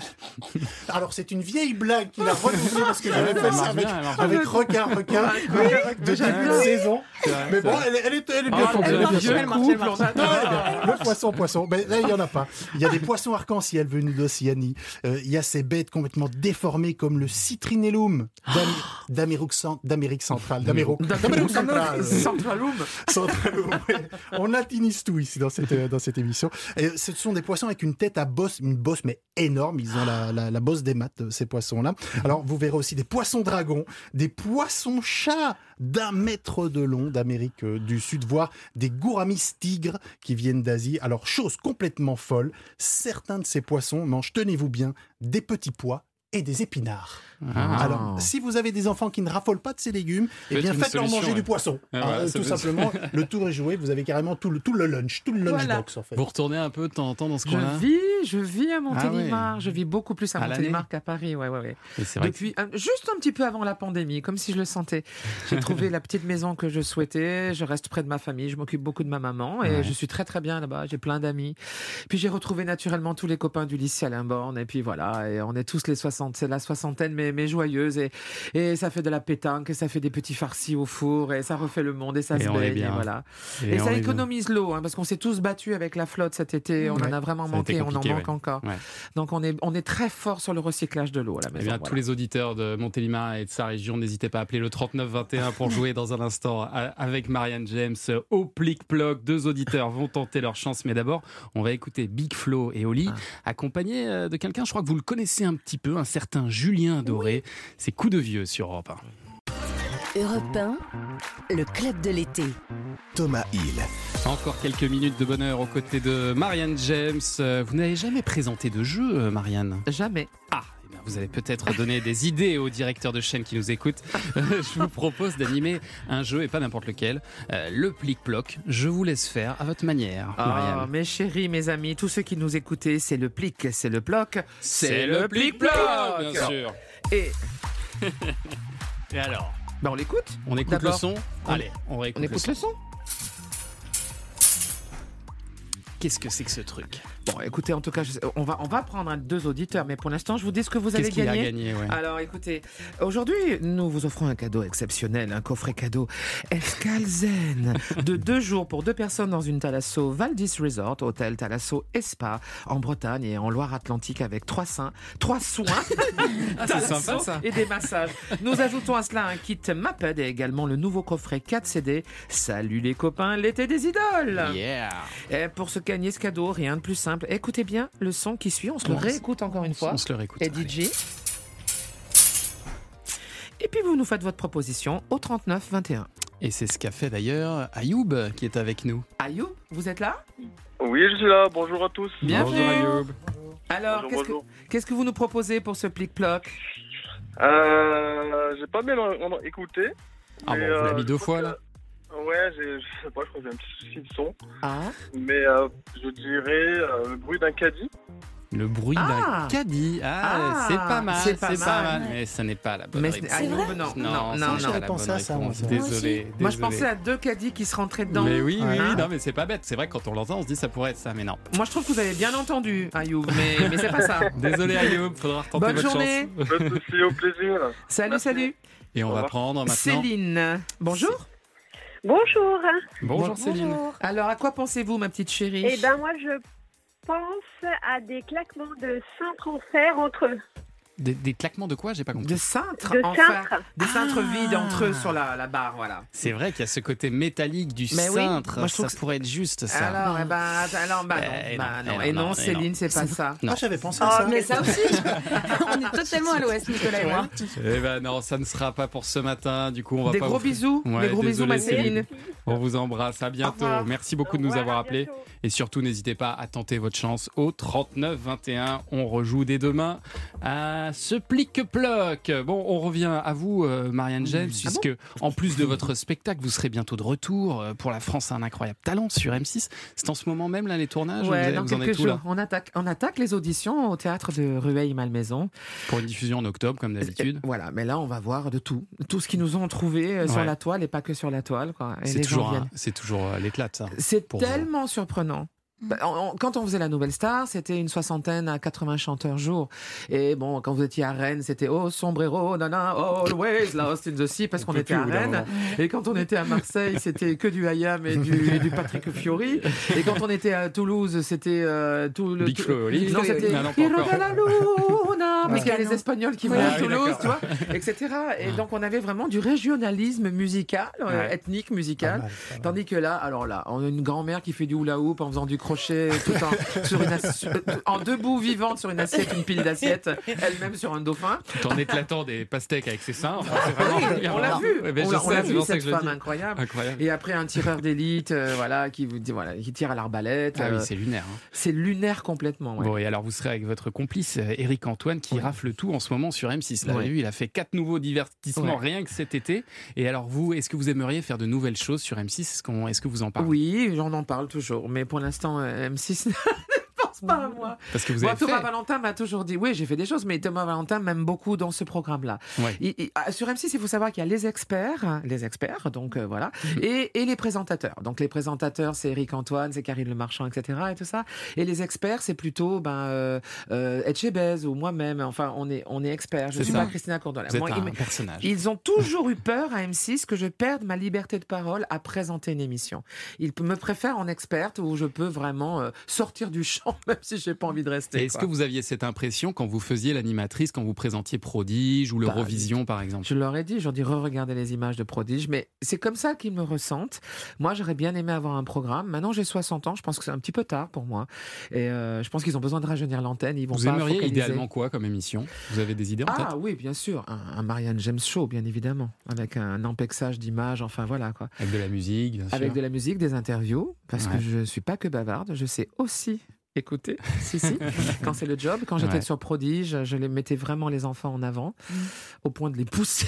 alors c'est une vieille blague qu'il a renouvelée parce que j'avais Ouais, fait ça ça marche avec, bien, alors. avec requin, requin, de début de j'adore. saison. C'est vrai, Mais c'est bon, vrai. elle, est- elle est, elle est bien Ah, tombée. elle elle est bien marche, tombée. elle marche, elle marche. Non, elle est bien. Le poisson poisson, mais là il y en a pas. Il y a des poissons arc-en-ciel venus d'Océanie. Euh, il y a ces bêtes complètement déformées comme le citrinellum d'Am- d'Amérique cent- d'Amérique centrale, d'Amérique d'Amérique centrale. Centralum. Centralum, ouais. On latinise tout ici dans cette, dans cette émission. Et ce sont des poissons avec une tête à bosse, une bosse mais énorme. Ils ont la, la, la bosse des maths, ces poissons-là. Alors vous verrez aussi des poissons dragons, des poissons chats d'un mètre de long d'Amérique euh, du Sud, voire des gouramis tigres qui viennent d'Asie. Alors chose complètement folle, certains de ces poissons mangent, tenez-vous bien, des petits pois et des épinards. Ah. Alors, si vous avez des enfants qui ne raffolent pas de ces légumes, eh Faites bien, une faites-leur solution, manger ouais. du poisson. Ah, Ah, voilà, euh, ça tout peut- simplement, le tour est joué. Vous avez carrément tout le, tout le lunch, tout le lunchbox, en fait. Vous retournez un peu de temps en temps dans ce Je coin-là. vis, je vis à Montélimar. Ah ouais. Je vis beaucoup plus à, À Montélimar l'année qu'à Paris. Ouais, ouais, ouais. Et c'est vrai que Depuis un- juste un petit peu avant la pandémie, comme si je le sentais. J'ai trouvé la petite maison que je souhaitais. Je reste près de ma famille. Je m'occupe beaucoup de ma maman et Ouais. je suis très très bien là-bas. J'ai plein d'amis. Puis j'ai retrouvé naturellement tous les copains du lycée Alain Born. Et puis voilà, et on est tous les soixante. C'est la soixantaine, mais, mais joyeuse. Et, et ça fait de la pétanque, et ça fait des petits farcis au four, et ça refait le monde, et ça Et se on est baigne. bien. Et voilà. Et Et, on ça est bien. économise l'eau, hein, parce qu'on s'est tous battus avec la flotte cet été. On Ouais. en a vraiment Ça a été manqué, on en compliqué, manque ouais. encore. Ouais. Donc on est, on est très fort sur le recyclage de l'eau à la Eh maison. bien, voilà. tous les auditeurs de Montélimar et de sa région, n'hésitez pas à appeler le trente-neuf vingt et un pour jouer dans un instant à- avec Marianne James au Plic-Ploc. Deux auditeurs vont tenter leur chance, mais d'abord, on va écouter Big Flo et Oli, Ah. accompagnés euh, de quelqu'un, je crois que vous le connaissez un petit peu, un certain Julien Doré. C'est Coup de vieux sur Europe un. Europe un, le club de l'été. Thomas Hill. Encore quelques minutes de bonheur aux côtés de Marianne James. Euh, Vous n'avez jamais présenté de jeu, euh, Marianne? Jamais. Ah, eh bien, vous allez peut-être donner des idées aux directeurs de chaîne qui nous écoutent. Euh, je vous propose d'animer un jeu, et pas n'importe lequel, euh, le plic-ploc. Je vous laisse faire à votre manière, Ah, Marianne. mes chéris, mes amis, tous ceux qui nous écoutaient, c'est le plic, c'est le ploc, C'est le plic-ploc, bien sûr. Et Et alors Ben, on l'écoute. On écoute D'abord. le son. On- Allez, on réécoute On écoute le son. Qu'est-ce que c'est que ce truc? Bon, écoutez, en tout cas, je sais- on va, on va prendre un- deux auditeurs, mais pour l'instant, je vous dis ce que vous avez Qu'est-ce qu'il y a à gagné. gagner, ouais. Alors, écoutez, aujourd'hui, nous vous offrons un cadeau exceptionnel, un coffret cadeau Escale Zen de deux jours pour deux personnes dans une Thalasso Valdis Resort, hôtel Thalasso et Spa, en Bretagne et en Loire-Atlantique, avec trois soins, trois soins Ah, c'est Thalasso sympa, ça. et des massages. Nous ajoutons à cela un kit Maped et également le nouveau coffret quatre C D. Salut les copains, l'été des idoles. Yeah. Et pour se gagner ce cadeau, rien de plus simple. Écoutez bien le son qui suit, on se le On se- réécoute encore une fois. On se le réécoute. Et D J. Et puis vous nous faites votre proposition au trente-neuf vingt et un. Et c'est ce qu'a fait d'ailleurs Ayoub qui est avec nous. Ayoub, vous êtes là? Oui, je suis là. Bonjour à tous. Bienvenue. Bonjour Ayoub. Alors, Bonjour, qu'est-ce que, bonjour. qu'est-ce que vous nous proposez pour ce plic-ploc? Euh, j'ai pas bien en- en- écouté. Ah mais, bon, vous l'avez euh, mis je deux crois fois que- là? Ouais, j'ai, je sais pas, je crois que j'ai un petit souci de son. Ah, Mais euh, je dirais euh, le bruit d'un caddie. Le bruit Ah. d'un caddie. Ah, Ah, c'est pas mal, c'est c'est pas pas, mal. mal. Mais ça n'est pas la bonne mais réponse. c'est- Ayoub, non, non, Non, non, c'est non. pas J'aurais la pensé bonne à ça, moi, réponse. ça. Désolé. Moi, je désolé. pensais à deux caddies qui se rentraient dedans. Mais oui, oui, Ah. oui, non, mais c'est pas bête. C'est vrai que quand on l'entend, on se dit ça pourrait être ça, mais non. Moi, je trouve que vous avez bien entendu, Ayoub, mais, mais c'est pas ça. Désolé Ayoub, faudra retenter Bonne votre journée. chance. Pas de souci, au plaisir. Salut, Merci. salut. Et on Au va revoir. prendre maintenant. Céline, bonjour. Bonjour. Bonjour Céline. Alors, à quoi pensez-vous, ma petite chérie? Eh ben moi je pense à des claquements de cintres en fer entre eux. Des, des claquements de quoi? J'ai pas compris. De cintres De en cintres. fer. Des cintres Ah. vides entre eux sur la, la barre, voilà. C'est vrai qu'il y a ce côté métallique du Mais oui, cintre. moi, je trouve ça que pourrait être juste ça. Alors, eh ben, attends, alors, bah, non, Eh bah, non, non. eh Et non, non, non, Céline, eh c'est pas ça. Non. Ah, j'avais pensé à Oh, ça. mais Ça aussi, on est totalement à l'ouest, Nicolas et moi. Eh ben non, ça ne sera pas pour ce matin. Du coup, on va Des pas gros vous- bisous, Ouais, des gros bisous, désolé, ma Céline. On vous embrasse. À bientôt. revoir. Merci beaucoup Au de nous revoir, avoir à appelés. bientôt. Et surtout, n'hésitez pas à tenter votre chance au trente-neuf vingt et un. On rejoue dès demain à ce plic-ploc. Bon, on revient à vous, euh, Marianne James, Ah puisque en plus de votre spectacle, vous serez bientôt de retour euh, pour La France a un incroyable talent sur M six. C'est en ce moment même, là, les tournages? Ouais, vous, dans vous en êtes quelques où, jours. là On attaque, on attaque les auditions au théâtre de Rueil-Malmaison. Pour une diffusion en octobre, comme d'habitude. Voilà, mais là, on va voir de tout. Tout ce qu'ils nous ont trouvé euh, sur Ouais. la toile et pas que sur la toile. Quoi. Et C'est les gens toujours, un- viennent. c'est toujours euh, l'éclate, ça. C'est pour vous. tellement surprenant. Bah, on- on- Quand on faisait la Nouvelle Star, c'était une soixantaine à quatre-vingts chanteurs jour. Et bon, quand vous étiez à Rennes, c'était Oh sombrero, nana, always lost in the sea, parce qu'on peut était plus, à au bout d'un Rennes. moment. Et quand on était à Marseille, c'était que du Hayam et du, et du Patrick Fiori. Et quand on était à Toulouse, c'était euh, tout le. Big tout- Flo et Oli. Non, c'était Ah non, pas Hiro encore. de la Luna, parce qu'il y a les Mécano. Espagnols qui Ouais, venaient ah à oui, Toulouse, tu d'accord. vois, et cetera. Et donc, on avait vraiment du régionalisme musical, euh, Ouais. ethnique Pas musical. mal, pas mal. Tandis que là, alors là, on a une grand-mère qui fait du hula hoop en faisant du crochet tout en, sur une assi- en debout vivante sur une assiette, une pile d'assiettes, elle-même sur un dauphin. Tout en éclatant des pastèques avec ses seins. Enfin, c'est vraiment- Oui, on l'a vu, Ouais, ben, on je l'a on sais, l'a c'est vu pour ça cette que je le femme dis. incroyable. Incroyable. Et après un tireur d'élite, euh, voilà, qui vous dit voilà, qui tire à l'arbalète. Ah oui, euh, c'est lunaire. hein. c'est lunaire complètement. Ouais. Bon, et alors vous serez avec votre complice euh, Éric Antoine qui Ouais. rafle tout en ce moment sur M six. Là, Ouais. vous avez vu, il a fait quatre nouveaux divertissements Ouais. rien que cet été. Et alors vous, est-ce que vous aimeriez faire de nouvelles choses sur M six? Est-ce, qu'on, est-ce que vous en parlez? Oui, j'en en parle toujours, mais pour l'instant, euh, M six ne pense pas à moi. Parce que vous Moi, avez Thomas fait. Valentin m'a toujours dit, oui, j'ai fait des choses, mais Thomas Valentin m'aime beaucoup dans ce programme-là. Ouais. Il- il- ah, sur M six, il faut savoir qu'il y a les experts, les experts, donc euh, voilà, et, et les présentateurs. Donc les présentateurs, c'est Éric Antoine, c'est Karine Le Marchand, et cetera. Et tout ça. Et les experts, c'est plutôt ben, euh, euh, Etchebez ou moi-même. Enfin, on est, on est experts. Je C'est suis ça. pas Christina Cordula. Vous êtes Moi, un il me- personnage. Ils ont toujours eu peur à M six que je perde ma liberté de parole à présenter une émission. Ils me préfèrent en experte où je peux vraiment euh, sortir du champ, même si j'ai pas envie de rester. Et est-ce quoi. que vous aviez cette impression quand vous faisiez l'animatrice, quand vous présentiez Prodige ou l'Eurovision par exemple? Je leur ai dit, je leur ai dit, re-regardez les images de Prodige, mais c'est comme ça qu'ils me ressentent. Moi, j'aurais bien aimé avoir un programme. Maintenant, j'ai soixante ans, je pense que c'est un petit peu tard pour moi. Et euh, je pense qu'ils ont besoin de rajeunir l'antenne. Ils vont Vous pas aimeriez focaliser. idéalement quoi comme émission? Vous avez des idées en tête? Ah oui, bien sûr, un, un Marianne James Show, bien évidemment, avec un empexage d'images, enfin voilà quoi. Avec de la musique, bien sûr. Avec de la musique, des interviews, parce Ouais. que je suis pas que bavarde, je sais aussi écouter, si, si, quand c'est le job. Quand j'étais Ouais. sur Prodige, je les mettais vraiment les enfants en avant, au point de les pousser de la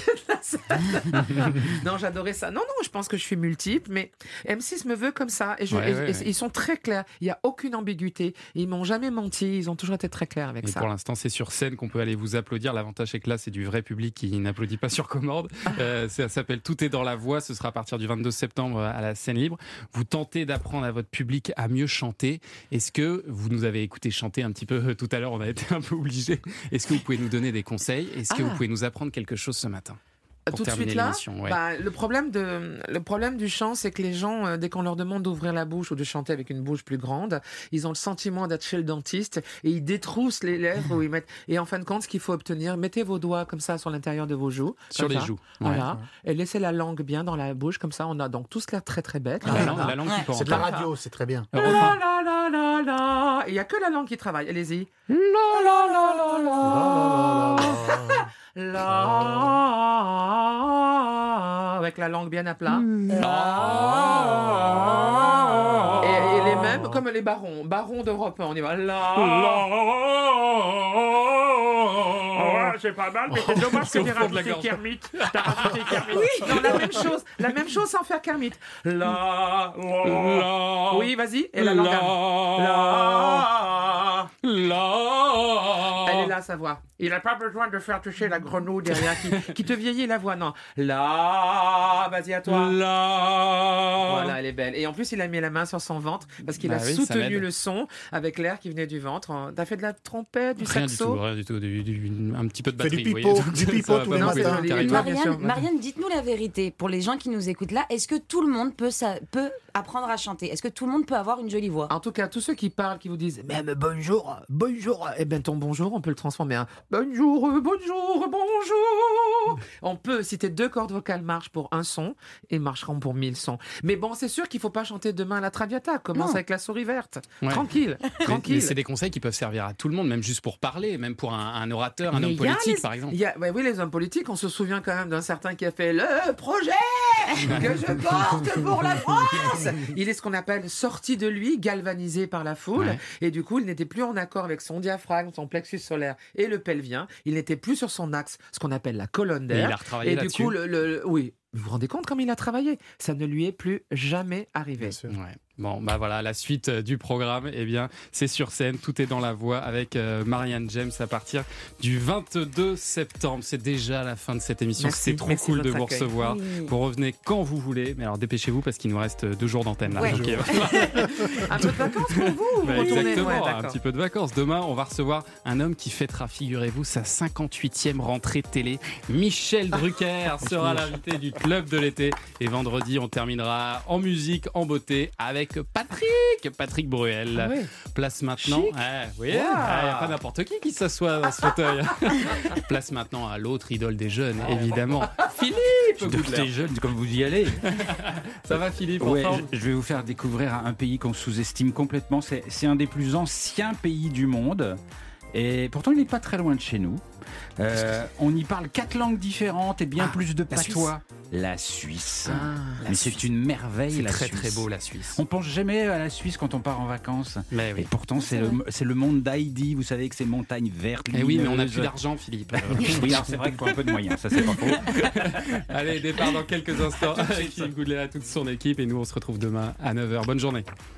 scène. Non, j'adorais ça. Non, non, je pense que je suis multiple, mais M six me veut comme ça. Et, je, Ouais, et- ouais, et- ouais. ils sont très clairs. Il n'y a aucune ambiguïté. Ils m'ont jamais menti. Ils ont toujours été très clairs avec Et ça. pour l'instant, c'est sur scène qu'on peut aller vous applaudir. L'avantage, c'est que là, c'est du vrai public qui n'applaudit pas sur commande. Euh, ça s'appelle Tout est dans la voix. Ce sera à partir du vingt-deux septembre à la scène libre. Vous tentez d'apprendre à votre public à mieux chanter. Est-ce que vous nous avez écouté chanter un petit peu euh, tout à l'heure? On a été un peu obligés. Est-ce que vous pouvez nous donner des conseils? Est-ce que Ah. vous pouvez nous apprendre quelque chose ce matin? Pour Tout de terminer suite là, l'émission, ouais. bah, le, problème de, le problème du chant, c'est que les gens, euh, dès qu'on leur demande d'ouvrir la bouche ou de chanter avec une bouche plus grande, ils ont le sentiment d'être chez le dentiste et ils détroussent les lèvres où ils mettent. Et en fin de compte, ce qu'il faut obtenir, mettez vos doigts comme ça sur l'intérieur de vos joues. Sur comme les ça. joues, Voilà. ouais. Et laissez la langue bien dans la bouche, comme ça, on a donc tous l'air très très bête. La Là, langue- là. la langue qui peut C'est de la entendre. radio, c'est très bien. La la la la la. Et il n'y a que la langue qui travaille. Allez-y. La la la la la. La. Avec la langue bien à plat. La. Et, et les mêmes, comme les barons. Barons d'Europe, on y va. La. Ouais, c'est pas mal, mais c'est dommage que Au tu fond de la rajouté gorge. Kermit. T'as rajouté Kermit. Oui, non, la même chose. La même chose sans faire Kermit. La. La. Oui, vas-y. Et la langue. La. La. Elle est là, sa voix. Il n'a pas besoin de faire toucher la grenouille derrière qui, qui te vieillit la voix, non. La. Vas-y, à toi. La. Voilà, elle est belle. Et en plus, il a mis la main sur son ventre parce qu'il Bah a oui, ça soutenu m'aide. le son avec l'air qui venait du ventre. T'as fait de la trompette, du Rien du saxo? tout, rien du tout. Du- du- un petit peu de Fais du batterie. vous pipeau, voyez, donc du ça pipeau va tous pas les m'empêcher matins. de Et carrément. toi, bien sûr. Marianne, Marianne, dites-nous la vérité. Pour les gens qui nous écoutent là, est-ce que tout le monde peut, ça, peut apprendre à chanter? Est-ce que tout le monde peut avoir une jolie voix? En tout cas, tous ceux qui parlent, qui vous disent même bonjour, bonjour, eh bien ton bonjour, on peut le transformer en bonjour, bonjour, bonjour. On peut, si tes deux cordes vocales marchent pour un son, ils marcheront pour mille sons. Mais bon, c'est sûr qu'il faut pas chanter demain à la Traviata. Commence Non. avec la souris verte. Ouais. Tranquille, Mais- tranquille. Mais c'est des conseils qui peuvent servir à tout le monde, même juste pour parler, même pour un, un orateur, un Mais homme il y a politique, les- par exemple. il y a- ouais, oui, les hommes politiques, on se souvient quand même d'un certain qui a fait le projet que je porte pour la France. Il est ce qu'on appelle sorti de lui, galvanisé par la foule, Ouais. et du coup, il n'était plus en accord avec son diaphragme, son plexus solaire et le pelvien. Il n'était plus sur son axe, ce qu'on appelle la colonne Et il d'air. a retravaillé Et du là-dessus. coup, le, le- oui. Vous vous rendez compte comme il a travaillé? Ça ne lui est plus jamais arrivé. Ouais. Bon, bah voilà, la suite euh, du programme, eh bien, c'est sur scène, tout est dans la voix avec euh, Marianne James à partir du vingt-deux septembre. C'est déjà la fin de cette émission. Merci, C'était trop merci cool de de votre vous accueil. recevoir. Oui. Vous revenez quand vous voulez, mais alors dépêchez-vous parce qu'il nous reste deux jours d'antenne là. Ouais. Donc, euh, Un peu de vacances pour vous ou vous Bah, retournez? exactement, Ouais, un d'accord. petit peu de vacances. Demain, on va recevoir un homme qui fêtera, figurez-vous, sa cinquante-huitième rentrée télé. Michel Drucker sera l'invité du Club de l'été. Et vendredi, on terminera en musique, en beauté, avec Patrick, Patrick Bruel. Ah ouais. Place maintenant. Chic. Ouais, vous voyez, Wow. il n'y a pas n'importe qui qui s'assoit dans ce fauteuil. Place maintenant à l'autre idole des jeunes, évidemment. Philippe Goudler. T'es jeune, comme vous y allez. Ça va, Philippe? Ouais, Enfin je, je vais vous faire découvrir un pays qu'on sous-estime complètement. C'est c'est un des plus anciens pays du monde. Et pourtant, il n'est pas très loin de chez nous. Euh, on y parle quatre langues différentes et bien Ah, plus de la patois. La Suisse. Ah, Mais c'est une merveille, C'est la très Suisse. très beau, la Suisse. On pense jamais à la Suisse quand on part en vacances. Mais Et oui. pourtant, c'est le, c'est le monde d'Heidi. Vous savez que ces montagnes vertes. Eh oui, mais on n'a lumineuses. plus d'argent, Philippe. Oui, alors c'est vrai qu'il faut un peu de moyens, ça c'est pas faux. Allez, départ dans quelques instants avec Philippe Goudler et toute son équipe. Et nous, on se retrouve demain à neuf heures. Bonne journée.